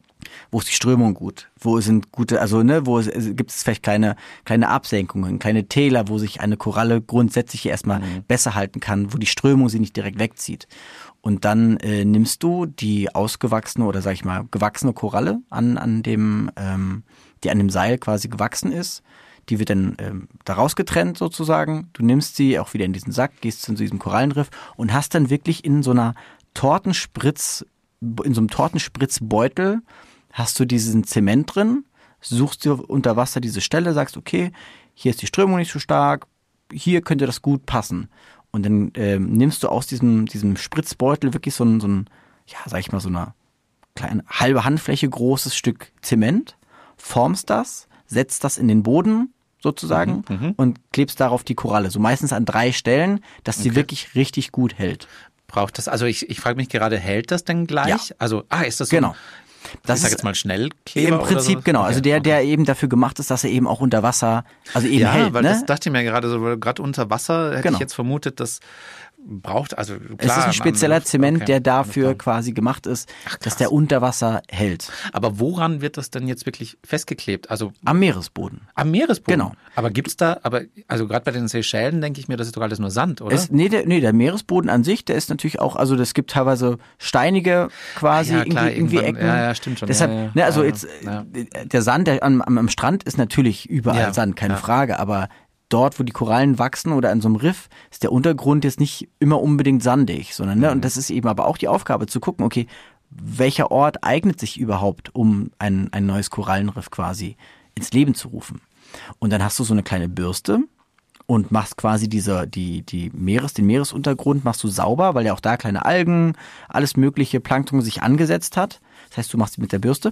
Speaker 2: Wo ist die Strömung gut? Wo sind gute, also ne, wo ist, gibt es vielleicht kleine kleine Absenkungen, kleine Täler, wo sich eine Koralle grundsätzlich erstmal mhm. besser halten kann, wo die Strömung sie nicht direkt wegzieht. Und dann äh, nimmst du die ausgewachsene oder sag ich mal gewachsene Koralle an an dem, ähm, die an dem Seil quasi gewachsen ist. Die wird dann ähm, daraus getrennt sozusagen. Du nimmst sie auch wieder in diesen Sack, gehst zu diesem Korallenriff und hast dann wirklich in so einer Tortenspritz, in so einem Tortenspritzbeutel hast du diesen Zement drin, suchst dir unter Wasser diese Stelle, sagst, okay, hier ist die Strömung nicht so stark, hier könnte das gut passen. Und dann ähm, nimmst du aus diesem, diesem Spritzbeutel wirklich so ein, so ein, ja, sag ich mal, so eine kleine halbe Handfläche großes Stück Zement, formst das, setzt das in den Boden sozusagen mhm, mh. und klebst darauf die Koralle. So meistens an drei Stellen, dass sie okay. wirklich richtig gut hält.
Speaker 1: Braucht das, also ich, ich frage mich gerade, hält das denn gleich? Ja. Also, ah, ist das so
Speaker 2: genau.
Speaker 1: Das ich sag jetzt mal Schnellkleber
Speaker 2: im Prinzip
Speaker 1: oder so?
Speaker 2: genau,
Speaker 1: okay.
Speaker 2: also der der eben dafür gemacht ist, dass er eben auch unter Wasser, also eben
Speaker 1: ja,
Speaker 2: hält,
Speaker 1: weil
Speaker 2: ne?
Speaker 1: das dachte ich mir gerade so, gerade unter Wasser hätte
Speaker 2: genau.
Speaker 1: ich jetzt vermutet, das braucht, also klar.
Speaker 2: Es ist ein spezieller Zement,
Speaker 1: okay,
Speaker 2: der dafür quasi gemacht ist, Ach, dass der unter Wasser hält.
Speaker 1: Aber woran wird das denn jetzt wirklich festgeklebt? Also
Speaker 2: am Meeresboden.
Speaker 1: Am Meeresboden?
Speaker 2: Genau.
Speaker 1: Aber gibt's da, aber also gerade bei den Seychellen denke ich mir, das ist doch alles nur Sand, oder?
Speaker 2: Es, nee, der, nee, der Meeresboden an sich, der ist natürlich auch, also das gibt teilweise steinige quasi
Speaker 1: ja, klar,
Speaker 2: irgendwie, irgendwie Ecken.
Speaker 1: Ja, ja, stimmt schon.
Speaker 2: Deshalb,
Speaker 1: ja, ja,
Speaker 2: ne, also
Speaker 1: ja,
Speaker 2: jetzt
Speaker 1: ja.
Speaker 2: der Sand der, am, am Strand ist natürlich überall
Speaker 1: ja,
Speaker 2: Sand, keine
Speaker 1: ja.
Speaker 2: Frage, aber dort, wo die Korallen wachsen oder an so einem Riff, ist der Untergrund jetzt nicht immer unbedingt sandig, sondern, ne, mhm. und das ist eben aber auch die Aufgabe zu gucken, okay, welcher Ort eignet sich überhaupt, um ein, ein neues Korallenriff quasi ins Leben zu rufen. Und dann hast du so eine kleine Bürste und machst quasi diese, die, die Meeres, den Meeresuntergrund machst du sauber, weil ja auch da kleine Algen, alles mögliche Plankton sich angesetzt hat. Das heißt, du machst mit der Bürste,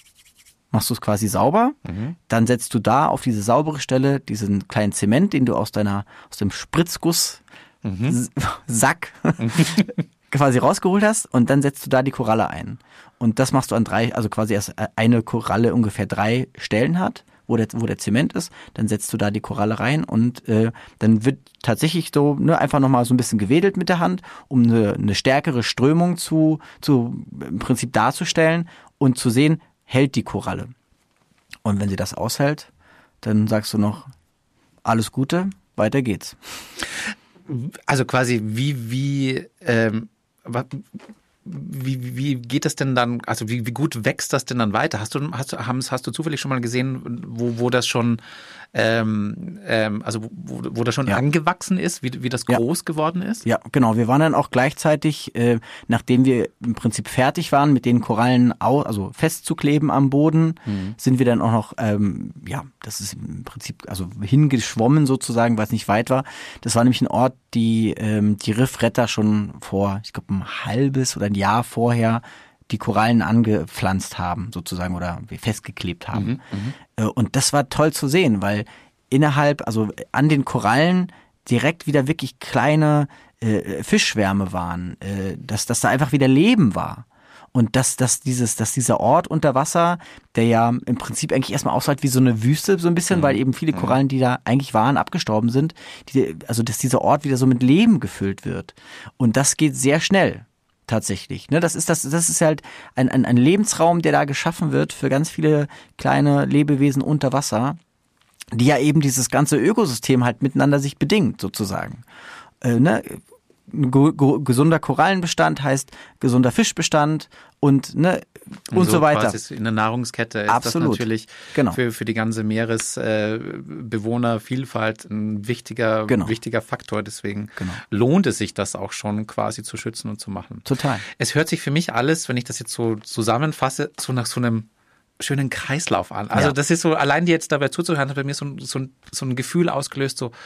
Speaker 2: machst du es quasi sauber, mhm. dann setzt du da auf diese saubere Stelle diesen kleinen Zement, den du aus deiner, aus dem Spritzguss mhm. Sack quasi rausgeholt hast und dann setzt du da die Koralle ein. Und das machst du an drei, also quasi erst eine Koralle ungefähr drei Stellen hat, wo der, wo der Zement ist, dann setzt du da die Koralle rein und äh, dann wird tatsächlich so ne, einfach nochmal so ein bisschen gewedelt mit der Hand, um eine, eine stärkere Strömung zu, zu im Prinzip darzustellen und zu sehen, hält die Koralle. Und wenn sie das aushält, dann sagst du noch, alles Gute, weiter geht's.
Speaker 1: Also quasi wie, wie, ähm, wie, wie geht das denn dann, also wie, wie gut wächst das denn dann weiter? Hast du, hast du, hast, hast du zufällig schon mal gesehen, wo, wo das schon, ähm, ähm, also wo, wo das schon ja. angewachsen ist, wie, wie das groß ja. geworden ist?
Speaker 2: Ja, genau. Wir waren dann auch gleichzeitig, äh, nachdem wir im Prinzip fertig waren, mit den Korallen au- also festzukleben am Boden, mhm. sind wir dann auch noch, ähm, ja, das ist im Prinzip also hingeschwommen sozusagen, weil es nicht weit war. Das war nämlich ein Ort, die ähm, die Riffretter schon vor, ich glaube, ein halbes oder ein Jahr vorher die Korallen angepflanzt haben sozusagen oder festgeklebt haben. Mhm, und das war toll zu sehen, weil innerhalb, also an den Korallen direkt wieder wirklich kleine äh, Fischschwärme waren, äh, dass, dass da einfach wieder Leben war. Und dass, dass, dieses, dass dieser Ort unter Wasser, der ja im Prinzip eigentlich erstmal aussah wie so eine Wüste, so ein bisschen, mhm. weil eben viele Korallen, die da eigentlich waren, abgestorben sind, die, also dass dieser Ort wieder so mit Leben gefüllt wird. Und das geht sehr schnell. Tatsächlich. Ne, das ist das, das ist halt ein, ein, ein Lebensraum, der da geschaffen wird für ganz viele kleine Lebewesen unter Wasser, die ja eben dieses ganze Ökosystem halt miteinander sich bedingt, sozusagen. Äh, ne? ein go- go- gesunder Korallenbestand heißt gesunder Fischbestand und ne und, und so, so weiter.
Speaker 1: Quasi in der Nahrungskette ist
Speaker 2: Absolut.
Speaker 1: das natürlich
Speaker 2: genau.
Speaker 1: für, für die ganze Meeresbewohnervielfalt äh, ein wichtiger,
Speaker 2: genau.
Speaker 1: wichtiger Faktor. Deswegen
Speaker 2: genau.
Speaker 1: lohnt es sich, das auch schon quasi zu schützen und zu machen.
Speaker 2: Total.
Speaker 1: Es hört sich für mich alles, wenn ich das jetzt so zusammenfasse, so nach so einem schönen Kreislauf an. Also
Speaker 2: ja.
Speaker 1: das ist so, allein dir jetzt dabei zuzuhören, hat bei mir so, so, ein, so ein Gefühl ausgelöst, so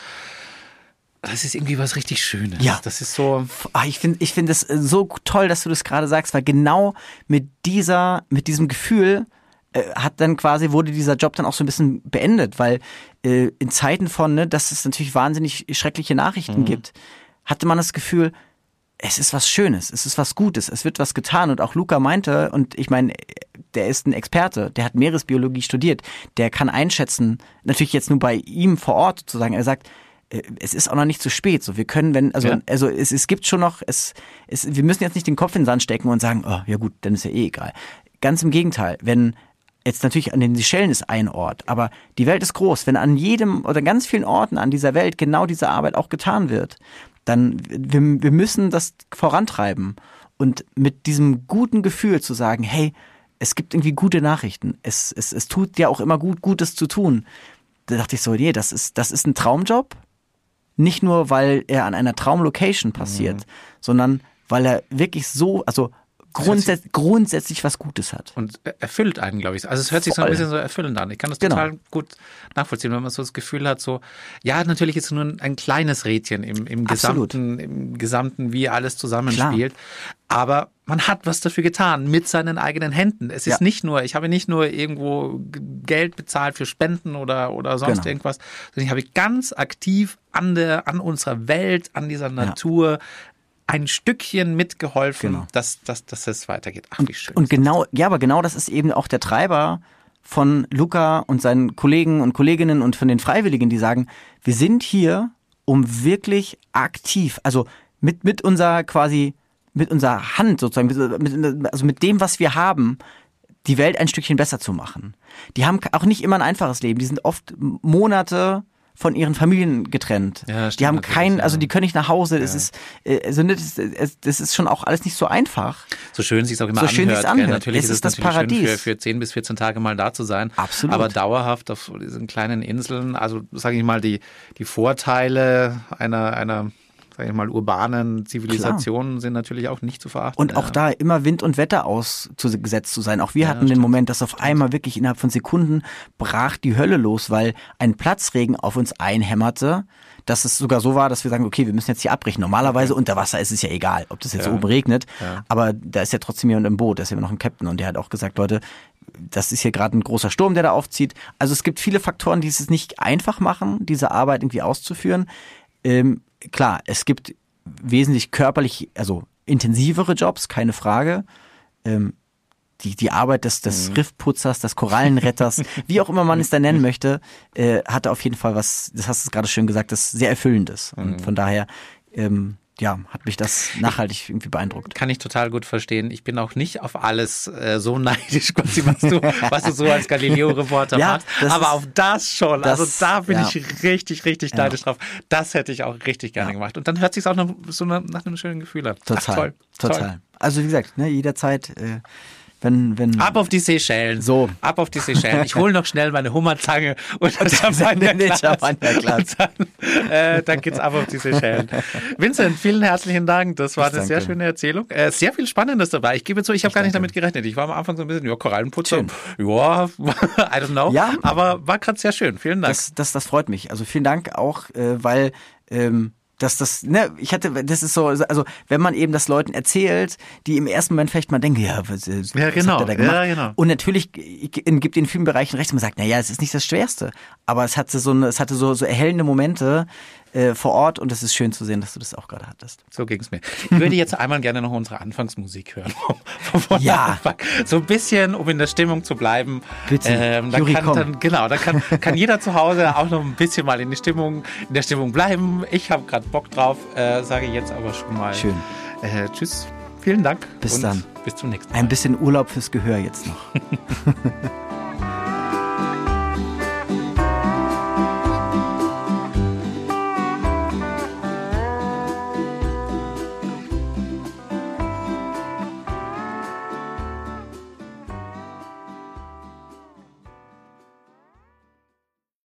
Speaker 1: das ist irgendwie was richtig Schönes.
Speaker 2: Ja.
Speaker 1: Das ist so.
Speaker 2: Ich finde ich finde es so toll, dass du das gerade sagst, weil genau mit dieser, mit diesem Gefühl äh, hat dann quasi, wurde dieser Job dann auch so ein bisschen beendet, weil äh, in Zeiten von, ne, dass es natürlich wahnsinnig schreckliche Nachrichten mhm. gibt, hatte man das Gefühl, es ist was Schönes, es ist was Gutes, es wird was getan. Und auch Luca meinte, und ich meine, der ist ein Experte, der hat Meeresbiologie studiert, der kann einschätzen, natürlich jetzt nur bei ihm vor Ort sozusagen, er sagt, es ist auch noch nicht zu spät. So, wir können, wenn, also, ja. also es, es gibt schon noch, es, es, wir müssen jetzt nicht den Kopf in den Sand stecken und sagen, oh, ja gut, dann ist ja eh egal. Ganz im Gegenteil, wenn jetzt natürlich an den Seychellen ist ein Ort, aber die Welt ist groß, wenn an jedem oder ganz vielen Orten an dieser Welt genau diese Arbeit auch getan wird, dann wir, wir müssen das vorantreiben und mit diesem guten Gefühl zu sagen, hey, es gibt irgendwie gute Nachrichten, es, es, es tut ja auch immer gut, Gutes zu tun. Da dachte ich so, nee, das ist, das ist ein Traumjob. Nicht nur, weil er an einer Traumlocation passiert, mhm. sondern weil er wirklich so, also grundsätz- grundsätzlich was Gutes hat.
Speaker 1: Und erfüllt einen, glaube ich. Also es hört sich
Speaker 2: Voll.
Speaker 1: so ein bisschen so erfüllend an. Ich kann das
Speaker 2: genau.
Speaker 1: total gut nachvollziehen, wenn man so das Gefühl hat, so, ja, natürlich ist es nur ein, ein kleines Rädchen im, im Gesamten, im Gesamten, wie alles zusammenspielt. Klar. Aber man hat was dafür getan mit seinen eigenen Händen. Es ist ja. nicht nur, ich habe nicht nur irgendwo Geld bezahlt für Spenden oder, oder sonst genau. irgendwas, sondern ich habe ganz aktiv an der, an unserer Welt, an dieser Natur ja. ein Stückchen mitgeholfen, genau. dass, dass, dass es weitergeht. Ach, wie schön.
Speaker 2: Und, und genau, ja, aber genau das ist eben auch der Treiber von Luca und seinen Kollegen und Kolleginnen und von den Freiwilligen, die sagen, wir sind hier, um wirklich aktiv, also mit, mit unserer quasi mit unserer Hand sozusagen, mit, also mit dem, was wir haben, die Welt ein Stückchen besser zu machen. Die haben auch nicht immer ein einfaches Leben. Die sind oft Monate von ihren Familien getrennt. Ja, die haben kein, also die können nicht nach Hause. Das ja. ist, also das, das ist schon auch alles nicht so einfach.
Speaker 1: So schön sich es auch immer
Speaker 2: so
Speaker 1: anhört.
Speaker 2: Schön sich's anhört.
Speaker 1: Natürlich
Speaker 2: es
Speaker 1: ist
Speaker 2: es
Speaker 1: es
Speaker 2: das
Speaker 1: natürlich
Speaker 2: Paradies.
Speaker 1: schön für, für zehn bis vierzehn Tage mal da zu sein.
Speaker 2: Absolut.
Speaker 1: Aber dauerhaft auf diesen kleinen Inseln, also sage ich mal, die, die Vorteile einer, einer sag ich mal, urbanen Zivilisationen Klar. sind natürlich auch nicht zu verachten.
Speaker 2: Und auch ja. da immer Wind und Wetter ausgesetzt zu sein. Auch wir ja, hatten den stimmt. Moment, dass auf einmal wirklich innerhalb von Sekunden brach die Hölle los, weil ein Platzregen auf uns einhämmerte, dass es sogar so war, dass wir sagen, okay, wir müssen jetzt hier abbrechen. Normalerweise okay. unter Wasser ist es ja egal, ob das jetzt ja. oben regnet, ja. aber da ist ja trotzdem jemand im Boot, da ist ja noch ein Captain und der hat auch gesagt, Leute, das ist hier gerade ein großer Sturm, der da aufzieht. Also es gibt viele Faktoren, die es nicht einfach machen, diese Arbeit irgendwie auszuführen. Ähm, Klar, es gibt wesentlich körperlich, also intensivere Jobs, keine Frage. Ähm, die, die Arbeit des, des mhm. Riffputzers, des Korallenretters, wie auch immer man es da nennen möchte, äh, hatte auf jeden Fall was, das hast du gerade schön gesagt, das sehr Erfüllendes. Mhm. Und von daher, ähm, ja, hat mich das nachhaltig irgendwie beeindruckt.
Speaker 1: Kann ich total gut verstehen. Ich bin auch nicht auf alles äh, so neidisch, quasi, was du, was du so als Galileo-Reporter ja, machst. Aber auf das schon. Das, also da bin ja. ich richtig, richtig ja. neidisch drauf. Das hätte ich auch richtig gerne ja. gemacht. Und dann hört sich auch noch so nach einem schönen Gefühl an.
Speaker 2: Total. Ach, toll. Total. Toll. Also wie gesagt, ne, jederzeit. Äh, Wenn, wenn
Speaker 1: Ab auf die Seychellen.
Speaker 2: So.
Speaker 1: Ab auf die Seychellen. Ich hole noch schnell meine Hummerzange und das Champagnerglas.
Speaker 2: Champagnerglas.
Speaker 1: Dann, äh, dann geht's ab auf die Seychellen. Vincent, vielen herzlichen Dank. Das war ich eine danke. sehr schöne Erzählung. Äh, sehr viel Spannendes dabei. Ich gebe zu, ich habe gar nicht damit gerechnet. Ich war am Anfang so ein bisschen, ja, Korallenputzer. Ja, I don't know. Ja, aber war gerade sehr schön. Vielen Dank.
Speaker 2: Das, das, das freut mich. Also vielen Dank auch, äh, weil ähm, dass das, ne, ich hatte, das ist so, also wenn man eben das Leuten erzählt, die im ersten Moment vielleicht mal denken, ja, was, was
Speaker 1: ja, genau,
Speaker 2: hat er da gemacht?
Speaker 1: Ja, genau.
Speaker 2: Und natürlich gibt in vielen Bereichen recht, man sagt, naja, es ist nicht das Schwerste, aber es hatte so, eine, es hatte so, so erhellende Momente äh, vor Ort und es ist schön zu sehen, dass du das auch gerade hattest.
Speaker 1: So ging's mir. Ich würde jetzt einmal gerne noch unsere Anfangsmusik hören. Von, von
Speaker 2: ja.
Speaker 1: Anfang. So ein bisschen, um in der Stimmung zu bleiben.
Speaker 2: Bitte.
Speaker 1: Ähm, dann
Speaker 2: Juri,
Speaker 1: kann
Speaker 2: komm.
Speaker 1: dann, genau, dann kann, kann jeder zu Hause auch noch ein bisschen mal in die Stimmung, in der Stimmung bleiben. Ich habe gerade Bock drauf, äh, sage jetzt aber schon mal.
Speaker 2: Schön.
Speaker 1: Äh, tschüss. Vielen Dank.
Speaker 2: Bis
Speaker 1: und
Speaker 2: dann.
Speaker 1: Bis zum nächsten Mal.
Speaker 2: Ein bisschen Urlaub fürs Gehör jetzt noch.